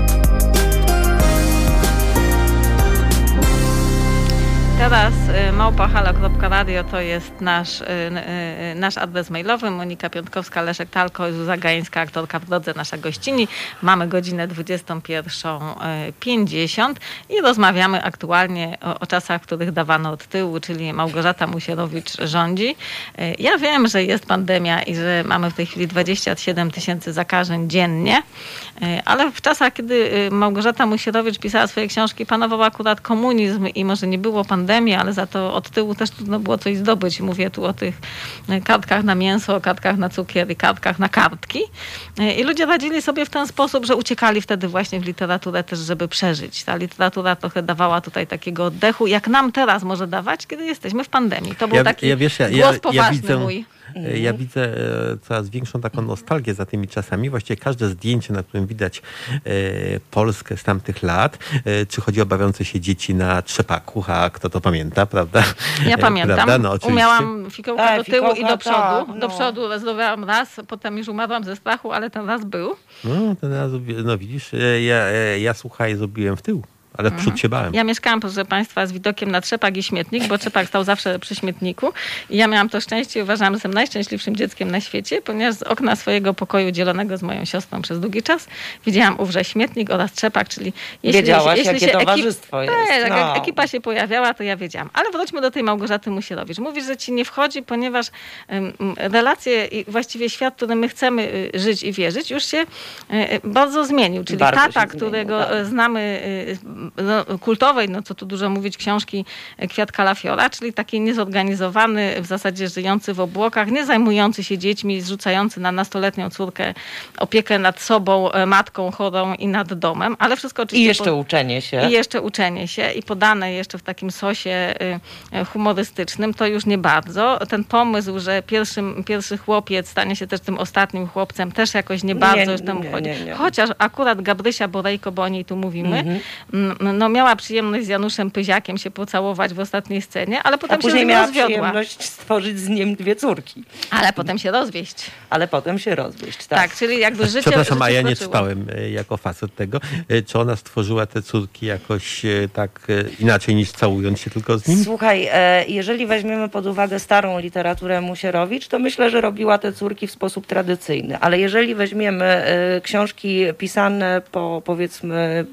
Teraz małpa.halo.radio to jest nasz adres mailowy. Monika Piątkowska, Leszek Talko, Zuza Gajeńska, aktorka w drodze, nasza gościni. Mamy godzinę 21:50 i rozmawiamy aktualnie o czasach, w których dawano od tyłu, czyli Małgorzata Musierowicz rządzi. Ja wiem, że jest pandemia i że mamy w tej chwili 27 000 zakażeń dziennie, ale w czasach, kiedy Małgorzata Musierowicz pisała swoje książki, panował akurat komunizm i może nie było pandemii, ale za to od tyłu też trudno było coś zdobyć. Mówię tu o tych kartkach na mięso, kartkach na cukier i kartkach na kartki. I ludzie radzili sobie w ten sposób, że uciekali wtedy właśnie w literaturę też, żeby przeżyć. Ta literatura trochę dawała tutaj takiego oddechu, jak nam teraz może dawać, kiedy jesteśmy w pandemii. To był taki głos poważny mój. Ja widzę coraz większą taką nostalgię za tymi czasami. Właściwie każde zdjęcie, na którym widać Polskę z tamtych lat, czy chodzi o bawiące się dzieci na trzepaku, a kto to pamięta, prawda? Ja pamiętam. Prawda? No, oczywiście. Umiałam fikołkę do tyłu i do przodu. Tak, no. Do przodu zdrowałam raz, potem już umarłam ze strachu, ale ten raz był. No, ten raz, no widzisz, ja słuchaj, zrobiłem w tył. Ale w przód się bałem. Ja mieszkałam, proszę Państwa, z widokiem na trzepak i śmietnik, bo trzepak stał zawsze przy śmietniku. I ja miałam to szczęście i uważałam, że jestem najszczęśliwszym dzieckiem na świecie, ponieważ z okna swojego pokoju dzielonego z moją siostrą przez długi czas widziałam ówże śmietnik oraz trzepak, czyli wiedziałaś, jakie towarzystwo jest. Jak ekipa się pojawiała, to ja wiedziałam. Ale wróćmy do tej Małgorzaty Musierowicz. Mówisz, że ci nie wchodzi, ponieważ relacje i właściwie świat, w którym my chcemy żyć i wierzyć, już się bardzo zmienił. Czyli Bardzo tata, się którego zmienił, tak. znamy kultowej, no co tu dużo mówić, książki Kwiat Kalafiora, czyli taki niezorganizowany, w zasadzie żyjący w obłokach, nie zajmujący się dziećmi, zrzucający na nastoletnią córkę opiekę nad sobą, matką chorą i nad domem, ale wszystko oczywiście... I jeszcze uczenie się. I jeszcze uczenie się i podane jeszcze w takim sosie humorystycznym, to już nie bardzo. Ten pomysł, że pierwszy chłopiec stanie się też tym ostatnim chłopcem, też jakoś nie bardzo już temu chodzi. Nie. Chociaż akurat Gabrysia Borejko, bo o niej tu mówimy, no miała przyjemność z Januszem Pyziakiem się pocałować w ostatniej scenie, ale potem później się miała rozwiodła. przyjemność stworzyć z nim 2 córki. Ale potem się rozwieść. Tak. Tak, czyli jakby życie... Przepraszam, a ja nie skoczyło. czytałem jako facet tego. Czy ona stworzyła te córki jakoś tak inaczej niż całując się tylko z nim? Słuchaj, jeżeli weźmiemy pod uwagę starą literaturę Musierowicz, to myślę, że robiła te córki w sposób tradycyjny. Ale jeżeli weźmiemy książki pisane po, powiedzmy,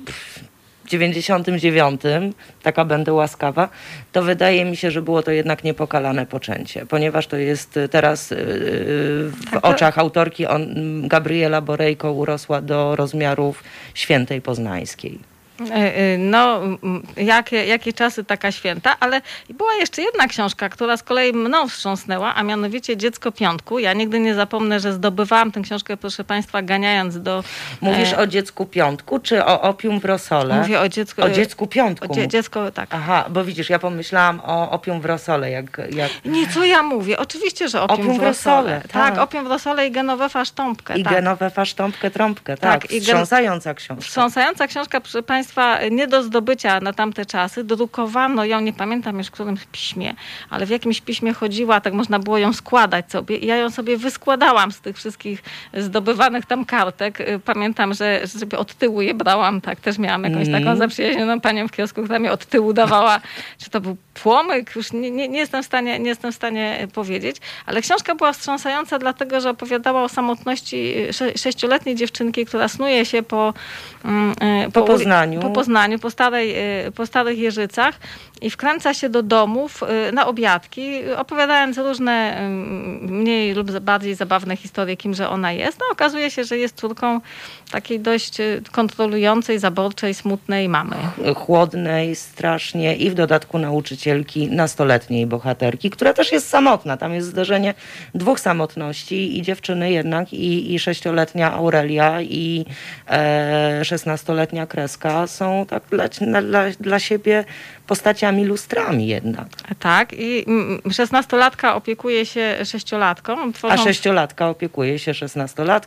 99, taka będę łaskawa, to wydaje mi się, że było to jednak niepokalane poczęcie, ponieważ to jest teraz w oczach autorki Gabriela Borejko urosła do rozmiarów Świętej Poznańskiej. No, jakie czasy taka święta, ale była jeszcze jedna książka, która z kolei mną wstrząsnęła, a mianowicie Dziecko Piątku. Ja nigdy nie zapomnę, że zdobywałam tę książkę, proszę Państwa, ganiając do... Mówisz o Dziecku Piątku, czy o Opium w Rosole? Mówię o Dziecku... O Dziecku Piątku. Dziecko, tak. Aha, bo widzisz, ja pomyślałam o Opium w Rosole, jak... Nie, co ja mówię? Oczywiście, że Opium w Rosole. Tak, Opium w Rosole i Genovefa Sztąpkę. I Genovefa Sztąpkę Trąbkę, tak. Wstrząsająca książka. Wstrząsająca książka, proszę Państwa, nie do zdobycia na tamte czasy. Drukowano ją, nie pamiętam już w którym piśmie, ale w jakimś piśmie chodziła, tak można było ją składać sobie i ja ją sobie wyskładałam z tych wszystkich zdobywanych tam kartek. Pamiętam, że sobie od tyłu je brałam, tak, też miałam jakąś taką zaprzyjaźnioną panią w kiosku, która mi od tyłu dawała, czy to był płomyk, już nie jestem w stanie powiedzieć, ale książka była wstrząsająca, dlatego, że opowiadała o samotności 6-letniej dziewczynki, która snuje się po Poznaniu, po starych Jeżycach i wkręca się do domów na obiadki, opowiadając różne mniej lub bardziej zabawne historie, kimże ona jest. No, okazuje się, że jest córką takiej dość kontrolującej, zaborczej, smutnej mamy. Chłodnej strasznie i w dodatku nauczycielki, nastoletniej bohaterki, która też jest samotna. Tam jest zderzenie 2 samotności i dziewczyny jednak, i 6-letnia Aurelia i 16-letnia Kreska są tak dla siebie postaciami lustrami jednak. Tak, i 16-latka opiekuje się 6-latką. A 6-latka opiekuje się 16-latką.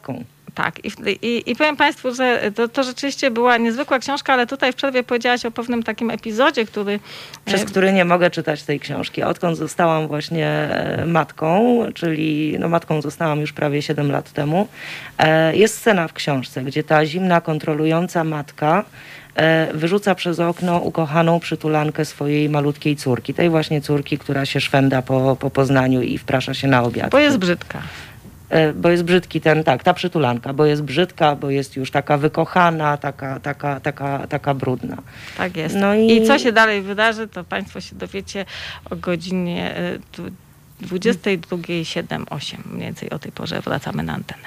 Tak. I powiem Państwu, że to rzeczywiście była niezwykła książka, ale tutaj w przerwie powiedziałaś o pewnym takim epizodzie, przez który nie mogę czytać tej książki. Odkąd zostałam właśnie matką, czyli matką zostałam już prawie 7 lat temu, jest scena w książce, gdzie ta zimna, kontrolująca matka wyrzuca przez okno ukochaną przytulankę swojej malutkiej córki. Tej właśnie córki, która się szwenda po Poznaniu i wprasza się na obiad. Bo jest brzydka. Bo jest brzydki ta przytulanka, bo jest brzydka, bo jest już taka wykochana, taka brudna. Tak jest. I co się dalej wydarzy, to Państwo się dowiecie o godzinie 22:07:08. Mniej więcej o tej porze wracamy na antenę.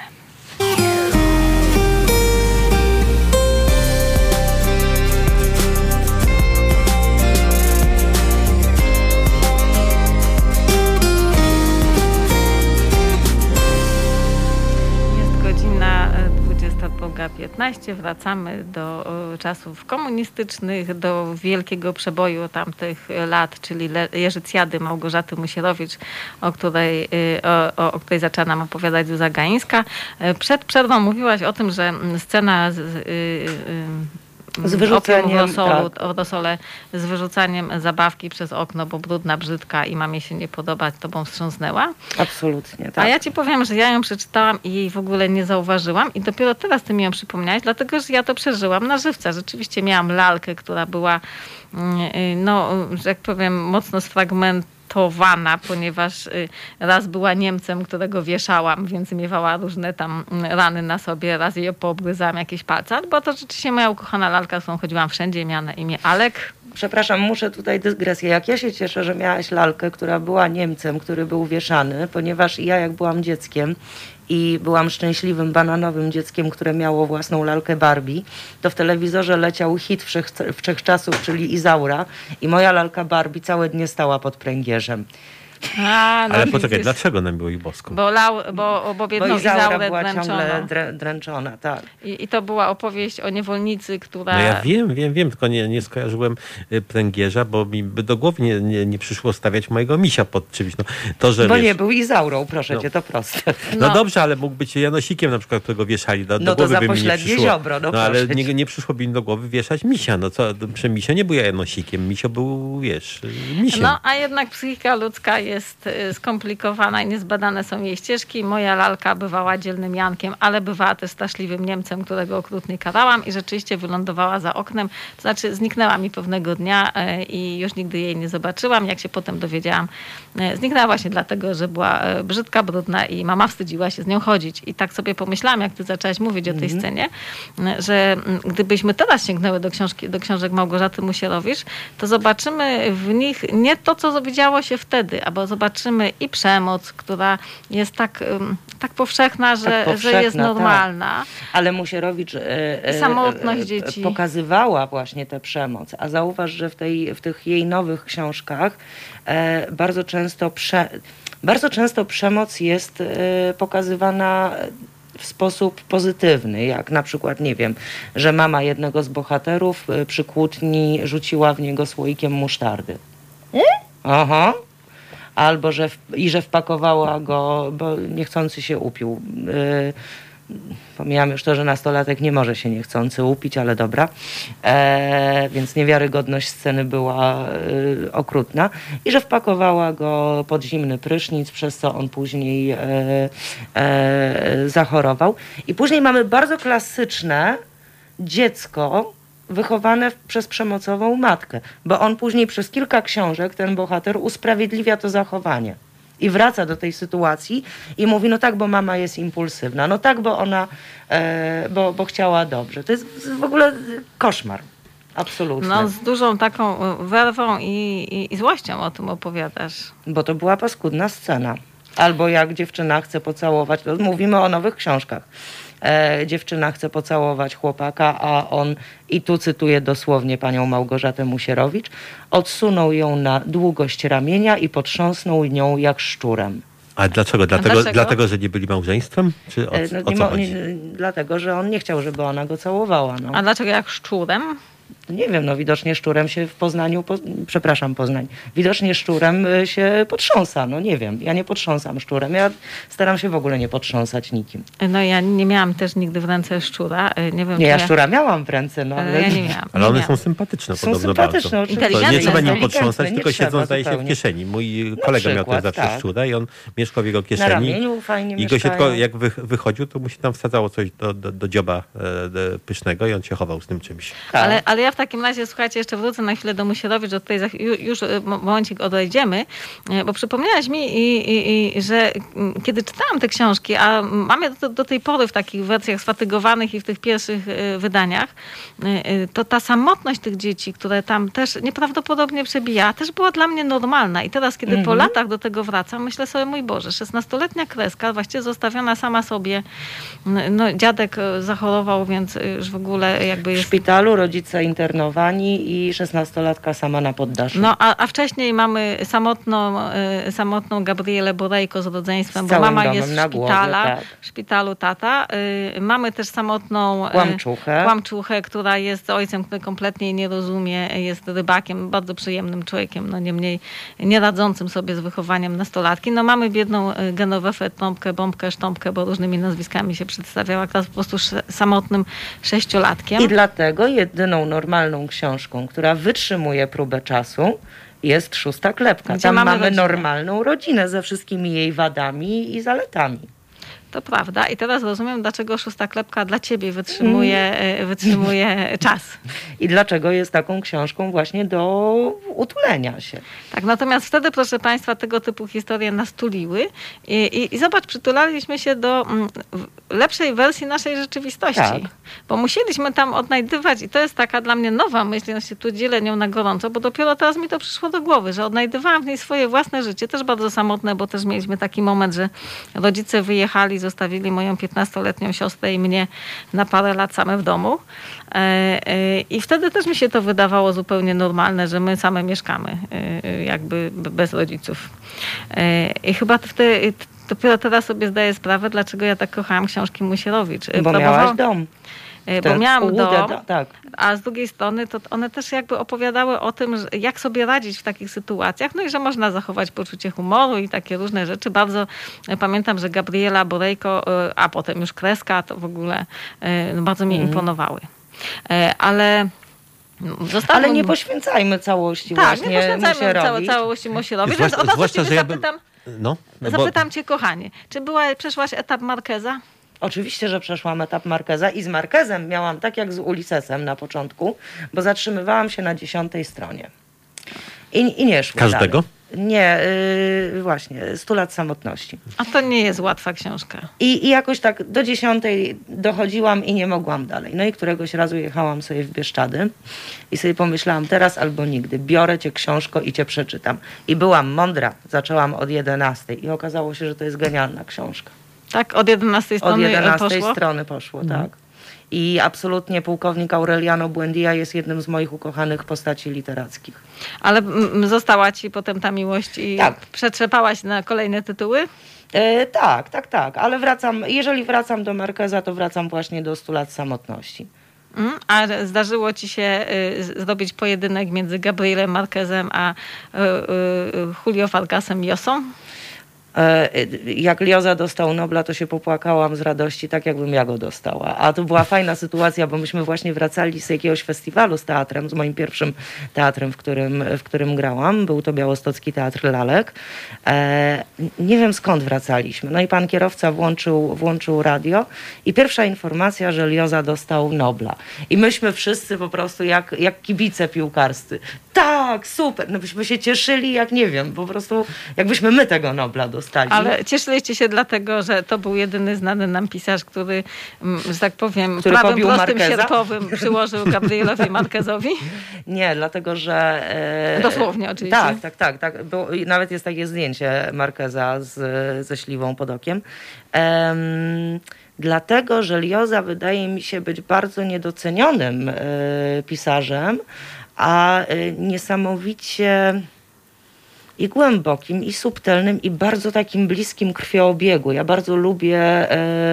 Godzina 22:15. Wracamy do czasów komunistycznych, do wielkiego przeboju tamtych lat, czyli Jerzycjady Małgorzaty Musierowicz, o której zaczęła nam opowiadać Zuza Gaińska. Przed przerwą mówiłaś o tym, że scena z wyrzuceniem w rosole, z wyrzucaniem zabawki przez okno, bo brudna, brzydka i mamie się nie podoba, tobą wstrząsnęła. Absolutnie, tak. A ja ci powiem, że ja ją przeczytałam i jej w ogóle nie zauważyłam i dopiero teraz ty mi ją przypomniałeś, dlatego, że ja to przeżyłam na żywca. Rzeczywiście miałam lalkę, która była, że jak powiem, mocno sfragmentowana, ponieważ raz była Niemcem, którego wieszałam, więc miewała różne tam rany na sobie, raz jej poobgryzałam jakieś palce, bo to rzeczywiście moja ukochana lalka, z którą chodziłam wszędzie, miała na imię Alek. Przepraszam, muszę tutaj dygresję. Jak ja się cieszę, że miałaś lalkę, która była Niemcem, który był wieszany, ponieważ ja jak byłam dzieckiem i byłam szczęśliwym, bananowym dzieckiem, które miało własną lalkę Barbie, to w telewizorze leciał hit wszechczasów, czyli Izaura i moja lalka Barbie całe dnie stała pod pręgierzem. Ale poczekaj, dlaczego na miłość boską? Bo biedną Izaurę była dręczono. ciągle dręczona, tak. I to była opowieść o niewolnicy, która... No ja wiem, tylko nie skojarzyłem pręgierza, bo mi by do głowy nie przyszło stawiać mojego misia pod czymś. Bo nie był Izaurą, proszę cię, to proste. No dobrze, ale mógł być Janosikiem na przykład, którego wieszali. Do to głowy za by mi nie pośrednie przyszło. ziobro, ale nie przyszłoby mi do głowy wieszać misia. Przy misio nie był Janosikiem, misio był, misiem. A jednak psychika ludzka jest skomplikowana i niezbadane są jej ścieżki. Moja lalka bywała dzielnym Jankiem, ale bywała też straszliwym Niemcem, którego okrutnie karałam i rzeczywiście wylądowała za oknem. To znaczy zniknęła mi pewnego dnia i już nigdy jej nie zobaczyłam. Jak się potem dowiedziałam, zniknęła właśnie dlatego, że była brzydka, brudna i mama wstydziła się z nią chodzić. I tak sobie pomyślałam, jak ty zaczęłaś mówić o tej scenie, że gdybyśmy teraz sięgnęły do książek Małgorzaty Musierowicz, to zobaczymy w nich nie to, co widziało się wtedy, albo zobaczymy i przemoc, która jest tak powszechna, że jest normalna. Tak. Ale Musierowicz samotność dzieci pokazywała właśnie tę przemoc. A zauważ, że w tych jej nowych książkach bardzo często przemoc jest pokazywana w sposób pozytywny, jak na przykład, że mama jednego z bohaterów przy kłótni rzuciła w niego słoikiem musztardy. Aha. Albo że wpakowała go, bo niechcący się upił. Pomijam już to, że nastolatek nie może się niechcący upić, ale dobra. Więc niewiarygodność sceny była okrutna. I że wpakowała go pod zimny prysznic, przez co on później zachorował. I później mamy bardzo klasyczne dziecko wychowane przez przemocową matkę. Bo on później przez kilka książek, ten bohater, usprawiedliwia to zachowanie. I wraca do tej sytuacji i mówi, bo mama jest impulsywna. Bo ona, bo chciała dobrze. To jest w ogóle koszmar. Absolutnie. Z dużą taką werwą i złością o tym opowiadasz. Bo to była paskudna scena. Albo jak dziewczyna chce pocałować, to mówimy o nowych książkach. Dziewczyna chce pocałować chłopaka, a on, i tu cytuję dosłownie panią Małgorzatę Musierowicz, odsunął ją na długość ramienia i potrząsnął nią jak szczurem. A dlaczego? Dlatego, że nie byli małżeństwem? Czy o co chodzi? Dlatego, że on nie chciał, żeby ona go całowała. A dlaczego jak szczurem? nie wiem, no widocznie szczurem się w Poznaniu, Poznań, widocznie szczurem się potrząsa, no nie wiem, ja nie potrząsam szczurem, ja staram się w ogóle nie potrząsać nikim. No ja nie miałam też nigdy w ręce szczura, nie wiem. Nie, ja szczura miałam w ręce, no ale ja nie miałam. Ale one są sympatyczne podobno bardzo. Oczywiście. Nie trzeba nim Inteligentne, potrząsać, tylko trzeba siedzą zdaje się w zupełnie. kieszeni. Mój kolega miał też zawsze szczura i on mieszkał w jego Na kieszeni. ramieniu fajnie I go się mieszkają. tylko, jak wychodził, to mu się tam wsadzało coś do dzioba pysznego i on się chował z tym czymś. Tak. Ale ja w takim razie, słuchajcie, jeszcze wrócę na chwilę do Musierowicz, że tutaj już momencik odejdziemy, bo przypomniałaś mi, że kiedy czytałam te książki, a mamy do tej pory w takich wersjach sfatygowanych i w tych pierwszych wydaniach, to ta samotność tych dzieci, które tam też nieprawdopodobnie przebija, też była dla mnie normalna. I teraz, kiedy po latach do tego wracam, myślę sobie, mój Boże, 16-letnia kreska, właściwie zostawiona sama sobie. No, dziadek zachorował, więc już w ogóle jakby W jest... szpitalu rodzice internowani i 16-latka sama na poddaszu. No, a wcześniej mamy samotną Gabrielę Borejko z rodzeństwem, Z bo całym mama domem jest w na głowie, tak. w szpitalu tata. Mamy też samotną Kłamczuchę, która jest ojcem, który kompletnie jej nie rozumie, jest rybakiem, bardzo przyjemnym człowiekiem, no niemniej nie radzącym sobie z wychowaniem nastolatki. No mamy biedną Genowefę, Trąbkę, Bombkę, Sztąpkę, bo różnymi nazwiskami się przedstawiała, która jest po prostu samotnym 6-latkiem. I dlatego jedyną normalną książką, która wytrzymuje próbę czasu, jest Szósta klepka. Gdzie Tam mamy mamy rodzinę. Normalną rodzinę ze wszystkimi jej wadami i zaletami. To prawda. I teraz rozumiem, dlaczego Szósta klepka dla ciebie wytrzymuje czas. I dlaczego jest taką książką właśnie do utulenia się. Tak, natomiast wtedy, proszę Państwa, tego typu historie nas tuliły i zobacz, przytulaliśmy się do lepszej wersji naszej rzeczywistości. Tak. Bo musieliśmy tam odnajdywać, i to jest taka dla mnie nowa myśl, ja się tu dzielę nią na gorąco, bo dopiero teraz mi to przyszło do głowy, że odnajdywałam w niej swoje własne życie, też bardzo samotne, bo też mieliśmy taki moment, że rodzice wyjechali, zostawili moją 15-letnią siostrę i mnie na parę lat same w domu. I wtedy też mi się to wydawało zupełnie normalne, że my same mieszkamy jakby bez rodziców. I chyba dopiero teraz sobie zdaję sprawę, dlaczego ja tak kochałam książki Musierowicz. Bo miałaś dom. Bo miałam dom, tak. a z drugiej strony to one też jakby opowiadały o tym, jak sobie radzić w takich sytuacjach, no i że można zachować poczucie humoru i takie różne rzeczy. Bardzo pamiętam, że Gabriela Borejko, a potem już Kreska, to w ogóle bardzo mi imponowały. Ale nie poświęcajmy całości tak, właśnie nie poświęcajmy całości Musierowicz. Więc od razu ciebie zapytam cię, kochanie, czy przeszłaś etap Marqueza? Oczywiście, że przeszłam etap Marqueza i z Marquezem miałam tak jak z Ulyssesem na początku, bo zatrzymywałam się na 10. stronie. I nie szło Każdego? dalej. Nie, właśnie, 100 lat samotności. A to nie jest łatwa książka. I jakoś tak do 10 dochodziłam i nie mogłam dalej. No i któregoś razu jechałam sobie w Bieszczady i sobie pomyślałam, teraz albo nigdy, biorę cię książko i cię przeczytam. I byłam mądra, zaczęłam od 11 i okazało się, że to jest genialna książka. Tak, od 11 strony Od 11 poszło? strony poszło, tak. I absolutnie pułkownik Aureliano Buendia jest jednym z moich ukochanych postaci literackich. Ale została ci potem ta miłość i przetrzepałaś na kolejne tytuły? Tak. Ale jeżeli wracam do Marqueza, to wracam właśnie do 100 lat samotności. A zdarzyło ci się zrobić pojedynek między Gabrielem Marquezem a Julio Vargasem Llosą? Jak Llosa dostał Nobla, to się popłakałam z radości, tak jakbym ja go dostała. A to była fajna sytuacja, bo myśmy właśnie wracali z jakiegoś festiwalu z teatrem, z moim pierwszym teatrem, w którym grałam. Był to Białostocki Teatr Lalek. Nie wiem skąd wracaliśmy. No i pan kierowca włączył radio i pierwsza informacja, że Llosa dostał Nobla. I myśmy wszyscy po prostu jak kibice piłkarscy. Tak, super. No byśmy się cieszyli jak nie wiem, po prostu jakbyśmy my tego Nobla dostali. Ale cieszyliście się dlatego, że to był jedyny znany nam pisarz, który, że tak powiem, który prawym prostym Marqueza? Sierpowym przyłożył Gabrielowi Marquezowi? Nie, dlatego że... Dosłownie oczywiście. Tak. Nawet jest takie zdjęcie Marqueza ze śliwą pod okiem. Dlatego, że Llosa wydaje mi się być bardzo niedocenionym pisarzem, a niesamowicie i głębokim, i subtelnym, i bardzo takim bliskim krwioobiegu. Ja bardzo lubię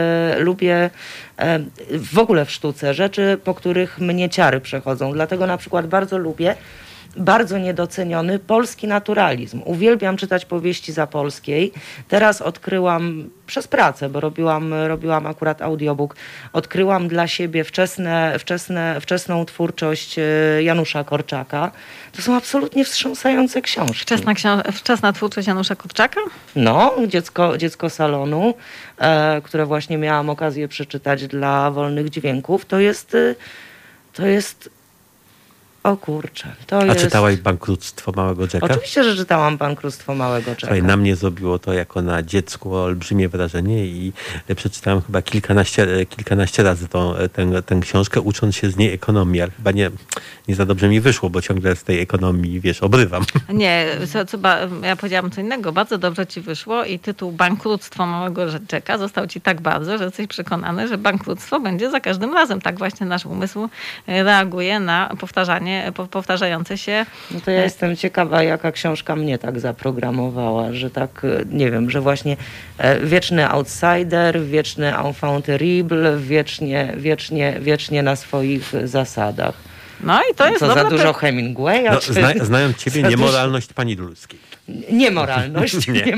w ogóle w sztuce rzeczy, po których mnie ciary przechodzą. Dlatego na przykład bardzo lubię bardzo niedoceniony polski naturalizm. Uwielbiam czytać powieści zapolskiej. Teraz odkryłam przez pracę, bo robiłam akurat audiobook, odkryłam dla siebie wczesną twórczość Janusza Korczaka. To są absolutnie wstrząsające książki. Wczesna twórczość Janusza Korczaka? No, Dziecko salonu, które właśnie miałam okazję przeczytać dla Wolnych Dźwięków. To jest o kurczę, czytałaś Bankructwo Małego Jacka? Oczywiście, że czytałam Bankructwo Małego Jacka. Słuchaj, na mnie zrobiło to jako na dziecku olbrzymie wrażenie i przeczytałem chyba kilkanaście razy tę książkę, ucząc się z niej ekonomii, ale chyba nie za dobrze mi wyszło, bo ciągle z tej ekonomii, obrywam. Nie, ja powiedziałam co innego. Bardzo dobrze ci wyszło i tytuł Bankructwo Małego Jacka został ci tak bardzo, że jesteś przekonany, że bankructwo będzie za każdym razem. Tak właśnie nasz umysł reaguje na powtarzające się. No to ja jestem ciekawa, jaka książka mnie tak zaprogramowała, że tak, nie wiem, że właśnie wieczny outsider, wieczny enfant terrible, wiecznie na swoich zasadach. No i to jest co za dużo Hemingwaya? No, znając ciebie, niemoralność pani Dulskiej. Niemoralność.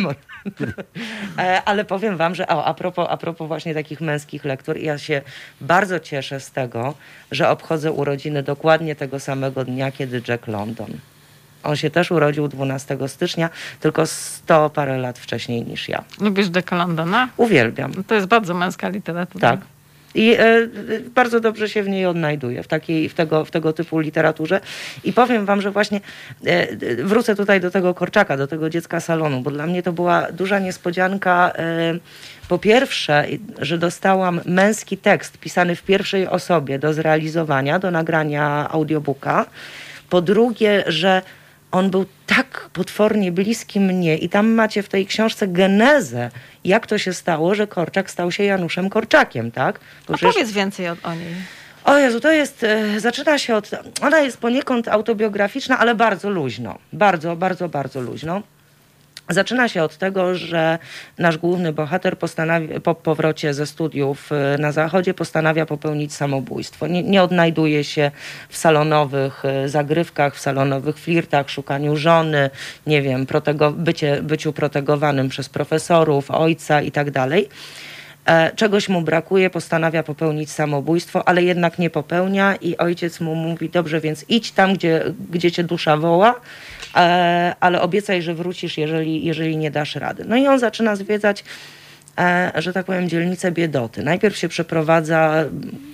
Ale powiem wam, że a propos właśnie takich męskich lektur, ja się bardzo cieszę z tego, że obchodzę urodziny dokładnie tego samego dnia, kiedy Jack London. On się też urodził 12 stycznia, tylko 100 parę lat wcześniej niż ja. Lubisz Jacka Londona? Uwielbiam. To jest bardzo męska literatura. Tak. I bardzo dobrze się w niej odnajduję, w tego typu literaturze. I powiem wam, że właśnie wrócę tutaj do tego Korczaka, do tego Dziecka salonu, bo dla mnie to była duża niespodzianka. Po pierwsze, że dostałam męski tekst pisany w pierwszej osobie do zrealizowania, do nagrania audiobooka. Po drugie, że on był tak potwornie bliski mnie i tam macie w tej książce genezę, jak to się stało, że Korczak stał się Januszem Korczakiem, tak? Powiedz więcej o niej. O Jezu, to jest, zaczyna się ona jest poniekąd autobiograficzna, ale bardzo luźno. Bardzo, bardzo, bardzo luźno. Zaczyna się od tego, że nasz główny bohater po powrocie ze studiów na Zachodzie postanawia popełnić samobójstwo. Nie odnajduje się w salonowych zagrywkach, w salonowych flirtach, szukaniu żony, nie wiem, byciu protegowanym przez profesorów, ojca i tak dalej. Czegoś mu brakuje, postanawia popełnić samobójstwo, ale jednak nie popełnia i ojciec mu mówi, dobrze, więc idź tam, gdzie cię dusza woła, ale obiecaj, że wrócisz, jeżeli nie dasz rady. No i on zaczyna zwiedzać, że tak powiem, dzielnicę biedoty. Najpierw się przeprowadza,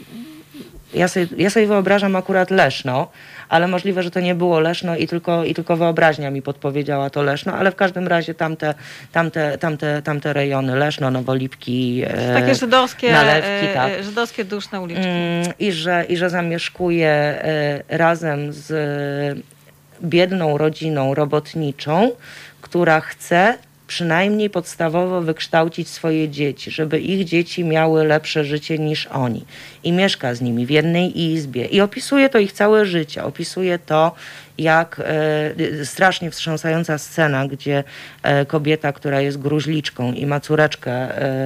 ja sobie wyobrażam akurat Leszno, ale możliwe, że to nie było Leszno i tylko wyobraźnia mi podpowiedziała to Leszno, ale w każdym razie tamte rejony, Leszno, Nowolipki, takie żydowskie, Nalewki, tak. Żydowskie duszne uliczki. I że zamieszkuje razem z biedną rodziną robotniczą, która chce przynajmniej podstawowo wykształcić swoje dzieci, żeby ich dzieci miały lepsze życie niż oni. I mieszka z nimi w jednej izbie. I opisuje to ich całe życie. Opisuje to, jak strasznie wstrząsająca scena, gdzie kobieta, która jest gruźliczką i ma córeczkę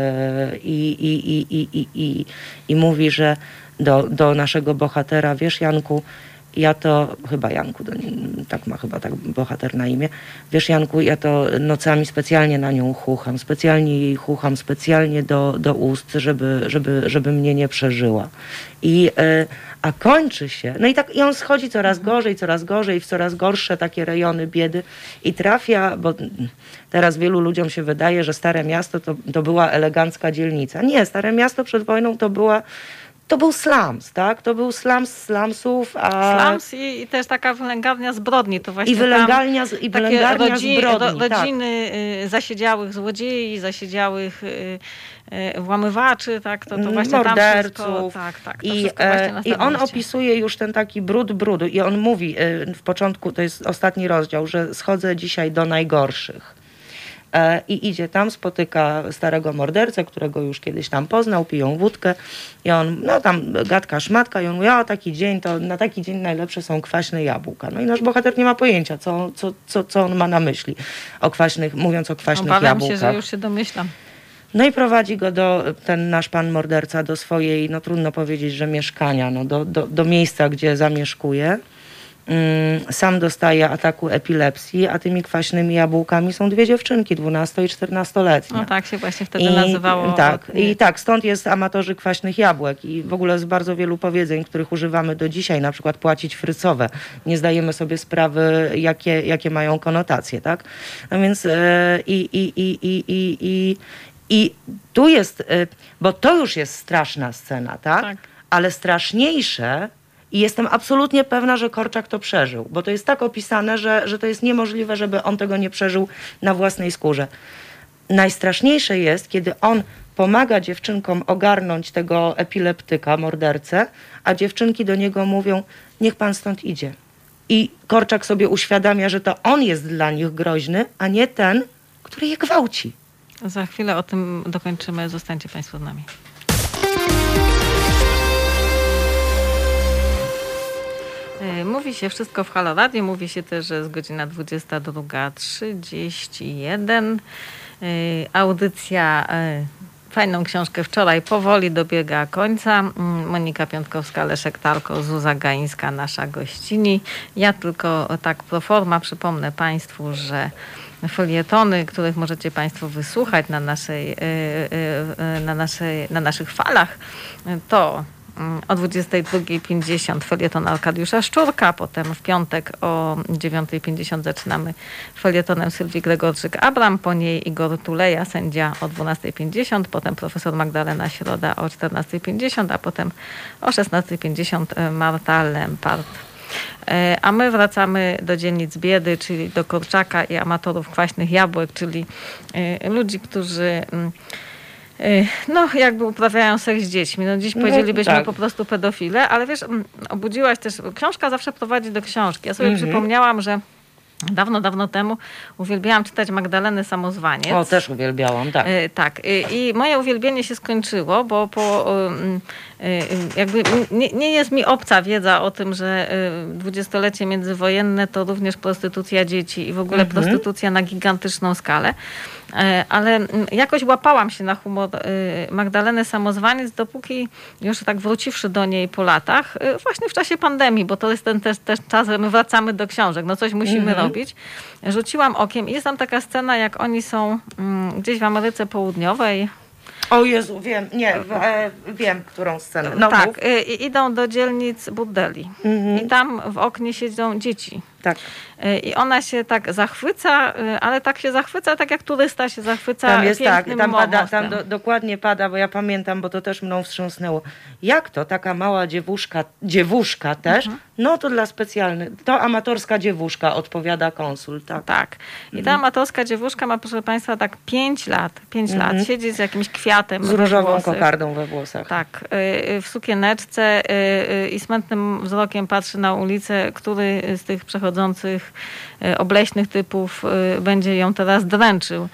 i mówi, że do naszego bohatera, wiesz, Janku, ja to, chyba Janku, tak ma chyba tak bohater na imię, wiesz, Janku, ja to nocami specjalnie na nią chucham, specjalnie jej chucham, specjalnie do ust, żeby mnie nie przeżyła. A kończy się, no i on schodzi coraz gorzej w coraz gorsze takie rejony biedy i trafia, bo teraz wielu ludziom się wydaje, że Stare Miasto to była elegancka dzielnica. Nie, Stare Miasto przed wojną to był slums, tak? To był slums slumsów. Slums i też taka wylęgarnia zbrodni. To właśnie wylęgarnia zbrodni. Rodziny zasiedziałych złodziei, zasiedziałych włamywaczy, tak? To właśnie morderców. Tam wszystko, I on opisuje już ten taki brud brudu i on mówi w początku, to jest ostatni rozdział, że schodzę dzisiaj do najgorszych. I idzie tam, spotyka starego mordercę, którego już kiedyś tam poznał, piją wódkę i on, no tam gadka, szmatka i on mówi, o taki dzień, to na taki dzień najlepsze są kwaśne jabłka. No i nasz bohater nie ma pojęcia, co on ma na myśli, mówiąc o kwaśnych Obawiam jabłkach. się, że już się domyślam. No i prowadzi go ten nasz pan morderca do swojej, no trudno powiedzieć, że mieszkania, no do miejsca, gdzie zamieszkuje. Sam dostaje ataku epilepsji, a tymi kwaśnymi jabłkami są dwie dziewczynki, 12- i 14-letnie. No tak się właśnie wtedy nazywało. Tak, stąd jest amatorzy kwaśnych jabłek i w ogóle z bardzo wielu powiedzeń, których używamy do dzisiaj, na przykład płacić frycowe. Nie zdajemy sobie sprawy, jakie mają konotacje, tak? No więc i tu jest, bo to już jest straszna scena, tak? Ale straszniejsze. I jestem absolutnie pewna, że Korczak to przeżył, bo to jest tak opisane, że to jest niemożliwe, żeby on tego nie przeżył na własnej skórze. Najstraszniejsze jest, kiedy on pomaga dziewczynkom ogarnąć tego epileptyka, mordercę, a dziewczynki do niego mówią, niech pan stąd idzie. I Korczak sobie uświadamia, że to on jest dla nich groźny, a nie ten, który je gwałci. Za chwilę o tym dokończymy. Zostańcie państwo z nami. Mówi się wszystko w Halo Radio. Mówi się też, że jest godzina 22:31. Audycja Fajną książkę wczoraj powoli dobiega końca. Monika Piątkowska, Leszek Talko, Zuza Gaińska, nasza gościni. Ja tylko tak pro forma przypomnę państwu, że felietony, których możecie państwo wysłuchać na naszych falach, to o 22:50 felieton Arkadiusza Szczurka, potem w piątek o 9:50 zaczynamy felietonem Sylwii Gregorczyk-Abram, po niej Igor Tuleja, sędzia o 12:50, potem profesor Magdalena Środa o 14:50, a potem o 16:50 Marta Lempart. A my wracamy do dzielnic biedy, czyli do Korczaka i amatorów kwaśnych jabłek, czyli ludzi, którzy jakby uprawiają seks z dziećmi. No dziś powiedzielibyśmy po prostu pedofile, ale wiesz, obudziłaś też, książka zawsze prowadzi do książki. Ja sobie przypomniałam, że dawno temu uwielbiałam czytać Magdalenę Samozwaniec. O, też uwielbiałam, tak. Tak. I moje uwielbienie się skończyło, bo jakby nie jest mi obca wiedza o tym, że dwudziestolecie międzywojenne to również prostytucja dzieci i w ogóle prostytucja na gigantyczną skalę. Ale jakoś łapałam się na humor Magdaleny Samozwaniec, dopóki już tak wróciwszy do niej po latach, właśnie w czasie pandemii, bo to jest ten też czas, że my wracamy do książek, no coś musimy robić. Rzuciłam okiem i jest tam taka scena, jak oni są gdzieś w Ameryce Południowej. O Jezu, wiem, którą scenę. No, tak, idą do dzielnic burdeli i tam w oknie siedzą dzieci. Tak. I ona się tak zachwyca, ale tak się zachwyca, tak jak turysta się zachwyca tam jest pięknym tam pada, mostem. dokładnie pada, bo ja pamiętam, bo to też mną wstrząsnęło. Jak to taka mała dziewuszka też? No to dla specjalnych, to amatorska dziewuszka, odpowiada konsul. Tak. I ta amatorska dziewuszka ma, proszę państwa, tak 5 lat, siedzi z jakimś kwiatem z różową kokardą we włosach. Tak, w sukieneczce i smętnym wzrokiem patrzy na ulicę, który z tych przechodzących obleśnych typów będzie ją teraz dręczył.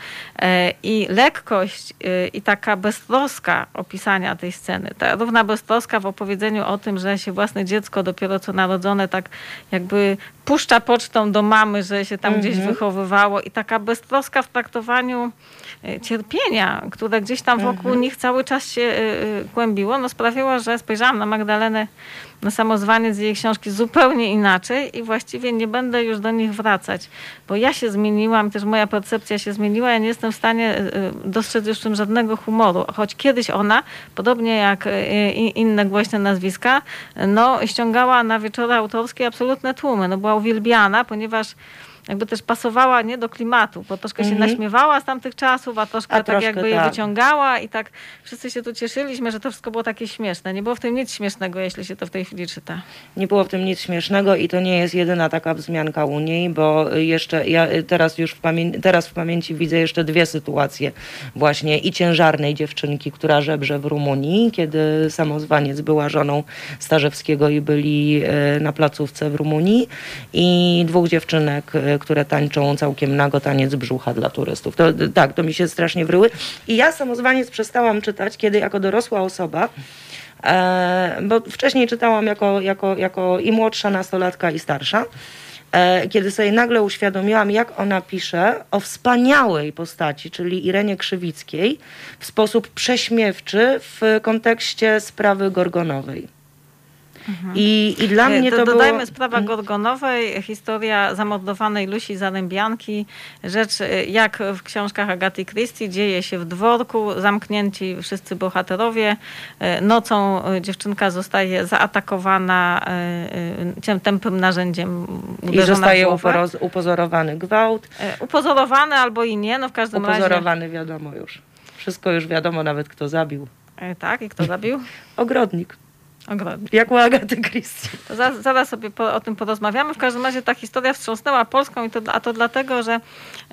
I lekkość i taka beztroska opisania tej sceny, ta równa beztroska w opowiedzeniu o tym, że się własne dziecko dopiero co narodzone tak jakby puszcza pocztą do mamy, że się tam gdzieś wychowywało i taka beztroska w traktowaniu cierpienia, które gdzieś tam wokół nich cały czas się kłębiło, no sprawiło, że spojrzałam na Magdalenę na Samozwaniec z jej książki zupełnie inaczej i właściwie nie będę już do nich wracać, bo ja się zmieniłam, też moja percepcja się zmieniła, ja nie jestem w stanie dostrzec już w tym żadnego humoru, choć kiedyś ona, podobnie jak inne głośne nazwiska, no ściągała na wieczory autorskie absolutne tłumy, no była uwielbiana, ponieważ jakby też pasowała nie do klimatu, bo troszkę się naśmiewała z tamtych czasów, a troszkę tak jakby je wyciągała i tak wszyscy się tu cieszyliśmy, że to wszystko było takie śmieszne. Nie było w tym nic śmiesznego, jeśli się to w tej chwili czyta. Nie było w tym nic śmiesznego i to nie jest jedyna taka wzmianka u niej, bo jeszcze ja teraz w pamięci widzę jeszcze dwie sytuacje właśnie i ciężarnej dziewczynki, która żebrze w Rumunii, kiedy Samozwaniec była żoną Starzewskiego i byli na placówce w Rumunii i dwóch dziewczynek, które tańczą całkiem nago taniec brzucha dla turystów. To mi się strasznie wryły. I ja Samozwaniec przestałam czytać, kiedy jako dorosła osoba, bo wcześniej czytałam jako i młodsza nastolatka, i starsza, kiedy sobie nagle uświadomiłam, jak ona pisze o wspaniałej postaci, czyli Irenie Krzywickiej, w sposób prześmiewczy w kontekście sprawy Gorgonowej. I dla mnie to dodajmy, było... sprawa Gorgonowej, historia zamordowanej Lusi Zarębianki, rzecz jak w książkach Agaty Christie, dzieje się w dworku, zamknięci wszyscy bohaterowie. Nocą dziewczynka zostaje zaatakowana tępym narzędziem, i zostaje upozorowany gwałt. Upozorowany albo i nie, no w każdym razie. Upozorowany wiadomo już. Wszystko już wiadomo, nawet kto zabił. Tak, i kto zabił? Ogrodnik. Ogrodnik. Jak u Agaty Christie. To zaraz sobie o tym porozmawiamy. W każdym razie ta historia wstrząsnęła Polską, a to dlatego, że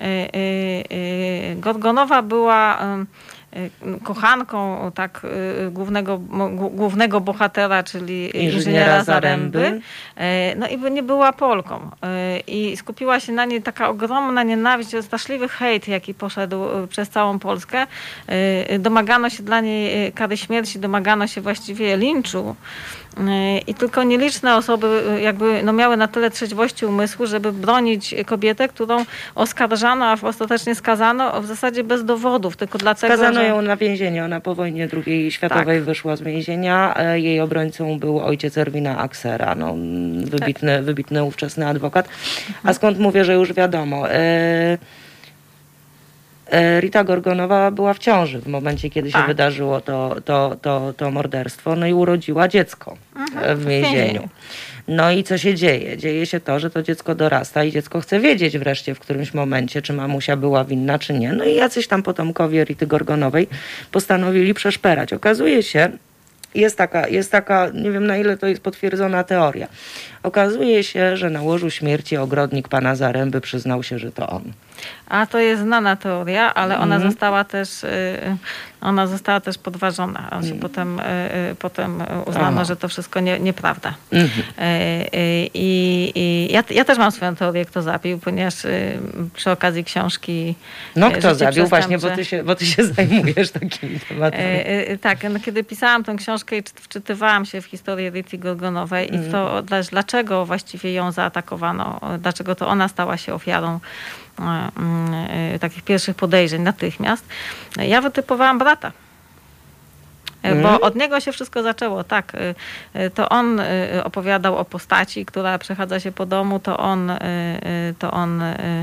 Gorgonowa była kochanką głównego bohatera, czyli inżyniera Zaręby. No i nie była Polką. I skupiła się na niej taka ogromna nienawiść, straszliwy hejt, jaki poszedł przez całą Polskę. Domagano się dla niej kary śmierci, domagano się właściwie linczu. I tylko nieliczne osoby miały na tyle trzeźwości umysłu, żeby bronić kobietę, którą oskarżano, a ostatecznie skazano w zasadzie bez dowodów, tylko dlatego, skazano ją na więzienie. Ona po wojnie II światowej wyszła z więzienia. Jej obrońcą był ojciec Erwina Aksera, wybitny ówczesny adwokat. A skąd mówię, że już wiadomo... Rita Gorgonowa była w ciąży w momencie, kiedy się wydarzyło to morderstwo, no i urodziła dziecko w więzieniu. No i co się dzieje? Dzieje się to, że to dziecko dorasta i dziecko chce wiedzieć wreszcie w którymś momencie, czy mamusia była winna, czy nie. No i jacyś tam potomkowie Rity Gorgonowej postanowili przeszperać. Okazuje się, jest taka, nie wiem na ile to jest potwierdzona teoria. Okazuje się, że na łożu śmierci ogrodnik pana Zaręby przyznał się, że to on. A to jest znana teoria, ale ona została też podważona. Potem uznano, że to wszystko nieprawda. I ja też mam swoją teorię, kto zabił, ponieważ przy okazji książki... No kto zabił? Właśnie, bo ty się zajmujesz takimi tematami. Tak, kiedy pisałam tę książkę i wczytywałam się w historię Rity Gorgonowej i to, dlaczego właściwie ją zaatakowano, dlaczego to ona stała się ofiarą takich pierwszych podejrzeń natychmiast. Ja wytypowałam brata. Bo od niego się wszystko zaczęło, tak. To on opowiadał o postaci, która przechadza się po domu, to on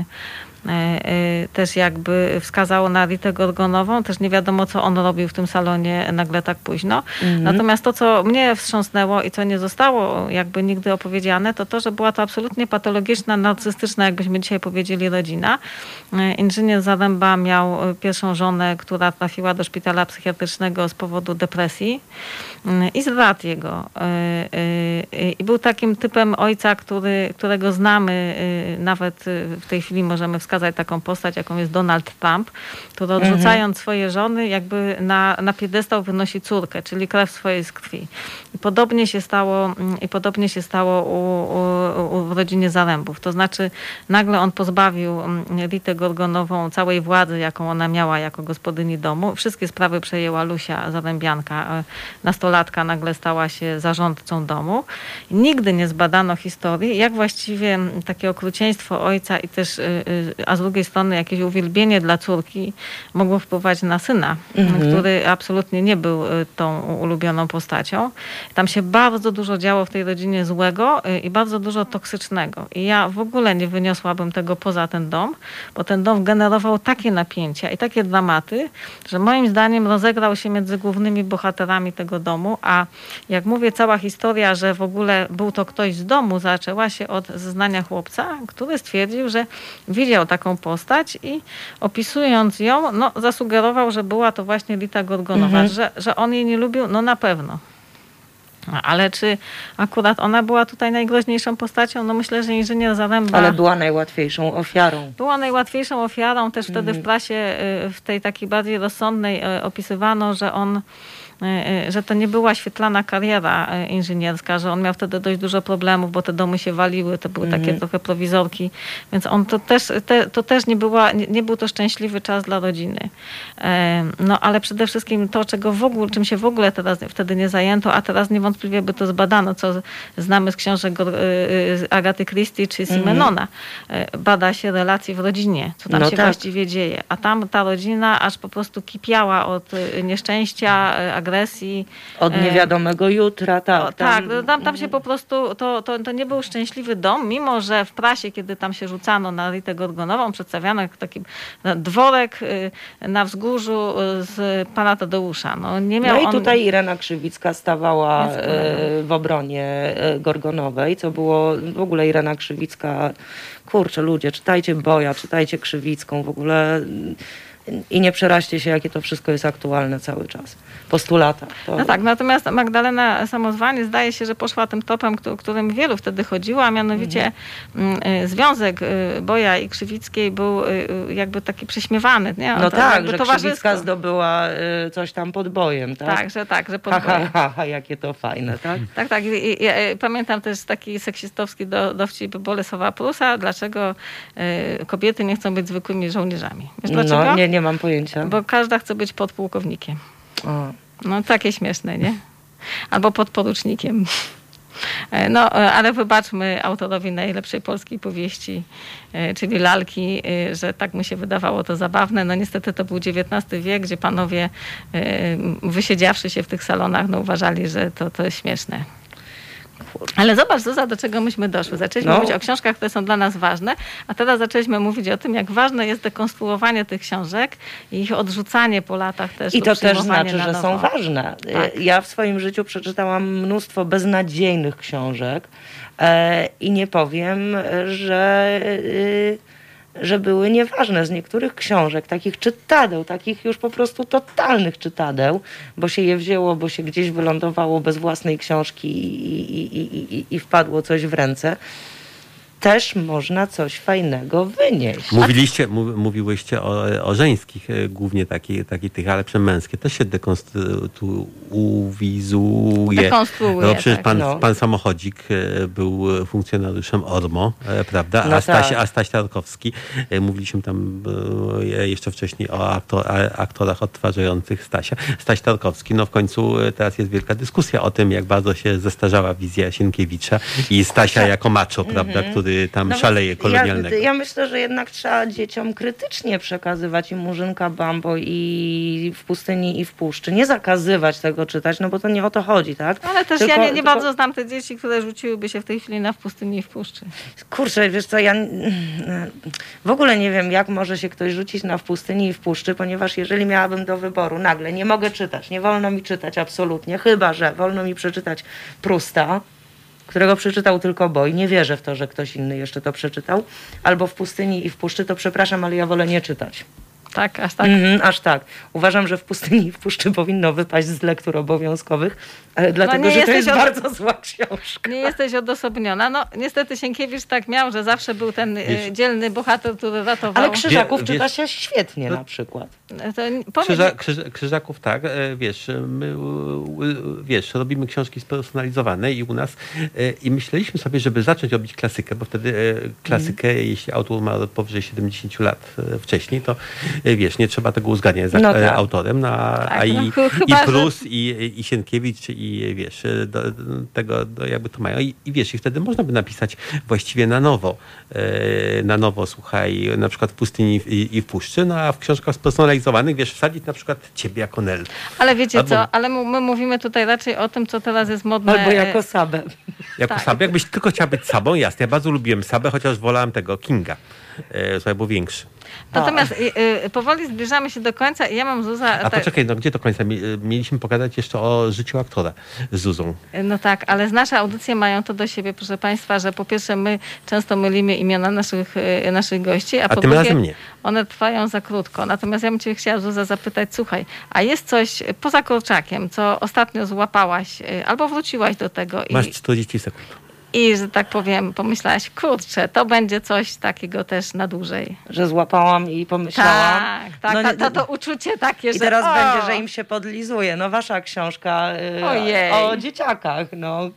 też jakby wskazało na Ritę Gorgonową. Też nie wiadomo, co on robił w tym salonie nagle tak późno. Natomiast to, co mnie wstrząsnęło i co nie zostało jakby nigdy opowiedziane, to, że była to absolutnie patologiczna, narcystyczna, jakbyśmy dzisiaj powiedzieli, rodzina. Inżynier Zaręba miał pierwszą żonę, która trafiła do szpitala psychiatrycznego z powodu depresji i zdrad jego. I był takim typem ojca, którego znamy, nawet w tej chwili możemy wskazać taką postać, jaką jest Donald Trump, który odrzucając swoje żony, jakby na piedestał wynosi córkę, czyli krew swojej z krwi. I podobnie się stało w rodzinie Zarębów. To znaczy nagle on pozbawił Ritę Gorgonową całej władzy, jaką ona miała jako gospodyni domu. Wszystkie sprawy przejęła Lusia Zarębianka. Nastolatka nagle stała się zarządcą domu. I nigdy nie zbadano historii, jak właściwie takie okrucieństwo ojca i też a z drugiej strony jakieś uwielbienie dla córki mogło wpływać na syna, który absolutnie nie był tą ulubioną postacią. Tam się bardzo dużo działo w tej rodzinie złego i bardzo dużo toksycznego. I ja w ogóle nie wyniosłabym tego poza ten dom, bo ten dom generował takie napięcia i takie dramaty, że moim zdaniem rozegrał się między głównymi bohaterami tego domu, a jak mówię, cała historia, że w ogóle był to ktoś z domu, zaczęła się od zeznania chłopca, który stwierdził, że widział taką postać i opisując ją, zasugerował, że była to właśnie Rita Gorgonowa, że on jej nie lubił, na pewno. Ale czy akurat ona była tutaj najgroźniejszą postacią? Myślę, że inżynier Zaręba... Ale była najłatwiejszą ofiarą. Była najłatwiejszą ofiarą. Też wtedy w prasie, w tej takiej bardziej rozsądnej opisywano, że on że to nie była świetlana kariera inżynierska, że on miał wtedy dość dużo problemów, bo te domy się waliły, to były takie trochę prowizorki, więc on to też nie był to szczęśliwy czas dla rodziny. No ale przede wszystkim to, czym się w ogóle teraz wtedy nie zajęto, a teraz niewątpliwie by to zbadano, co znamy z książek Agaty Christie czy Simenona. Bada się relacje w rodzinie, co tam się właściwie dzieje. A tam ta rodzina aż po prostu kipiała od nieszczęścia, agresji. Od niewiadomego jutra, tak. Tam się po prostu, to nie był szczęśliwy dom, mimo że w prasie, kiedy tam się rzucano na Ritę Gorgonową, przedstawiano jak taki dworek na wzgórzu z pana Tadeusza. I tutaj Irena Krzywicka stawała w obronie Gorgonowej, co było w ogóle Irena Krzywicka, kurczę ludzie, czytajcie Boja, czytajcie Krzywicką, w ogóle i nie przeraźcie się, jakie to wszystko jest aktualne cały czas. Po 100 latach. No tak, natomiast Magdalena Samozwanie zdaje się, że poszła tym tropem, którym wielu wtedy chodziło, a mianowicie związek Boja i Krzywickiej był jakby taki prześmiewany. Nie? Że Krzywicka zdobyła coś tam pod Bojem. Tak, że pod Bojem. Jakie to fajne, tak? Tak. I pamiętam też taki seksistowski dowcip Bolesława Prusa, dlaczego kobiety nie chcą być zwykłymi żołnierzami. Wiesz dlaczego? Nie mam pojęcia. Bo każda chce być podpułkownikiem. Takie śmieszne, nie? Albo podporucznikiem. Ale wybaczmy autorowi najlepszej polskiej powieści, czyli Lalki, że tak mu się wydawało to zabawne. Niestety to był XIX wiek, gdzie panowie wysiedziawszy się w tych salonach, uważali, że to jest śmieszne. Ale zobacz, Zuza, do czego myśmy doszły. Zaczęliśmy mówić o książkach, które są dla nas ważne, a teraz zaczęliśmy mówić o tym, jak ważne jest dekonstruowanie tych książek i ich odrzucanie po latach też. I to też znaczy, że są ważne. Tak. Ja w swoim życiu przeczytałam mnóstwo beznadziejnych książek i nie powiem, że były nieważne. Z niektórych książek, takich czytadeł, takich już po prostu totalnych czytadeł, bo się je wzięło, bo się gdzieś wylądowało bez własnej książki i wpadło coś w ręce, też można coś fajnego wynieść. Mówiłyście o żeńskich, głównie takich, ale męskie też się dekonstruuje. No, przecież pan Samochodzik był funkcjonariuszem ORMO, prawda? A Staś Tarkowski, mówiliśmy tam jeszcze wcześniej o aktorach odtwarzających Stasia. Staś Tarkowski, w końcu teraz jest wielka dyskusja o tym, jak bardzo się zestarzała wizja Sienkiewicza i Stasia jako macho, prawda, który tam szaleje kolonialnego. Ja myślę, że jednak trzeba dzieciom krytycznie przekazywać i Murzynka Bambo i W pustyni i w puszczy. Nie zakazywać tego czytać, bo to nie o to chodzi, tak? Ale też ja nie bardzo znam te dzieci, które rzuciłyby się w tej chwili na W pustyni i w puszczy. Kurczę, wiesz co, ja w ogóle nie wiem, jak może się ktoś rzucić na W pustyni i w puszczy, ponieważ jeżeli miałabym do wyboru nagle, nie mogę czytać, nie wolno mi czytać absolutnie, chyba że wolno mi przeczytać Prusta, którego przeczytał tylko Boj. Nie wierzę w to, że ktoś inny jeszcze to przeczytał. Albo W pustyni i w puszczy, to przepraszam, ale ja wolę nie czytać. Tak, aż tak? Aż tak. Uważam, że W pustyni i w puszczy powinno wypaść z lektur obowiązkowych, ale dlatego, że to jest bardzo zła książka. Nie jesteś odosobniona. Niestety Sienkiewicz tak miał, że zawsze był ten dzielny bohater, który ratował. Ale Krzyżaków czyta się świetnie na przykład. Krzyżaków tak, my robimy książki spersonalizowane i u nas i myśleliśmy sobie, żeby zacząć robić klasykę, bo wtedy klasykę, jeśli autor ma powyżej 70 lat wcześniej, to nie trzeba tego uzgadniać z autorem, i Prus, i Sienkiewicz, i tego jakby to mają. I wtedy można by napisać właściwie na nowo, słuchaj, na przykład W pustyni i w puszczy, a w książkach spersonalizowanych, wsadzić na przykład ciebie jako Nel. Ale wiecie co, ale my mówimy tutaj raczej o tym, co teraz jest modne. Albo jako Sabę. Jako Sabę, jakbyś tylko chciała być Sabą, jasne. Ja bardzo lubiłem Sabę, chociaż wolałem tego Kinga. Słuchaj, był większy. Natomiast powoli zbliżamy się do końca i ja mam, Zuza... Poczekaj, gdzie do końca? Mieliśmy pogadać jeszcze o życiu aktora z Zuzą. No tak, ale nasze audycje mają to do siebie, proszę Państwa, że po pierwsze my często mylimy imiona naszych gości, a po tym drugie razem nie. One trwają za krótko. Natomiast ja bym Cię chciała, Zuza, zapytać, słuchaj, a jest coś poza Korczakiem, co ostatnio złapałaś albo wróciłaś do tego? Masz 40 sekund. I, że tak powiem, pomyślałaś, kurczę, to będzie coś takiego też na dłużej. Że złapałam i pomyślałam. Tak, to uczucie takie, że... I teraz będzie, że im się podlizuje. No wasza książka o dzieciakach. No,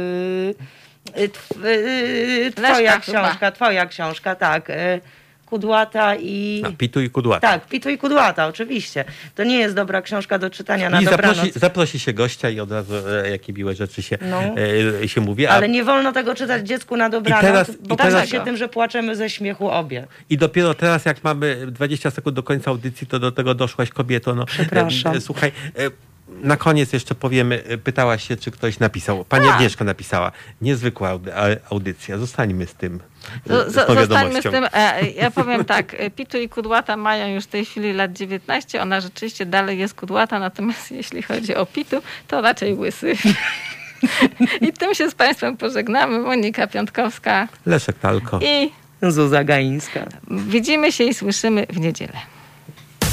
twoja książka, tak. Kudłata i... Pitu i Kudłata. Tak, Pitu i Kudłata, oczywiście. To nie jest dobra książka do czytania na dobranoc. Zaprosi się gościa i od razu jakie miłe rzeczy się mówi. Ale nie wolno tego czytać dziecku na dobranoc, bo kończy się tym, że płaczemy ze śmiechu obie. I dopiero teraz, jak mamy 20 sekund do końca audycji, to do tego doszłaś, kobieto. No, przepraszam. Słuchaj... Na koniec jeszcze powiemy, pytałaś się, czy ktoś napisał. Pani Agnieszka napisała. Niezwykła audycja. Zostańmy z tym. Zostańmy z tym. Ja powiem tak. Pitu i Kudłata mają już w tej chwili lat 19. Ona rzeczywiście dalej jest kudłata, natomiast jeśli chodzi o Pitu, to raczej łysy. I tym się z Państwem pożegnamy. Monika Piątkowska. Leszek Talko. I Zuza Gaińska. Widzimy się i słyszymy w niedzielę.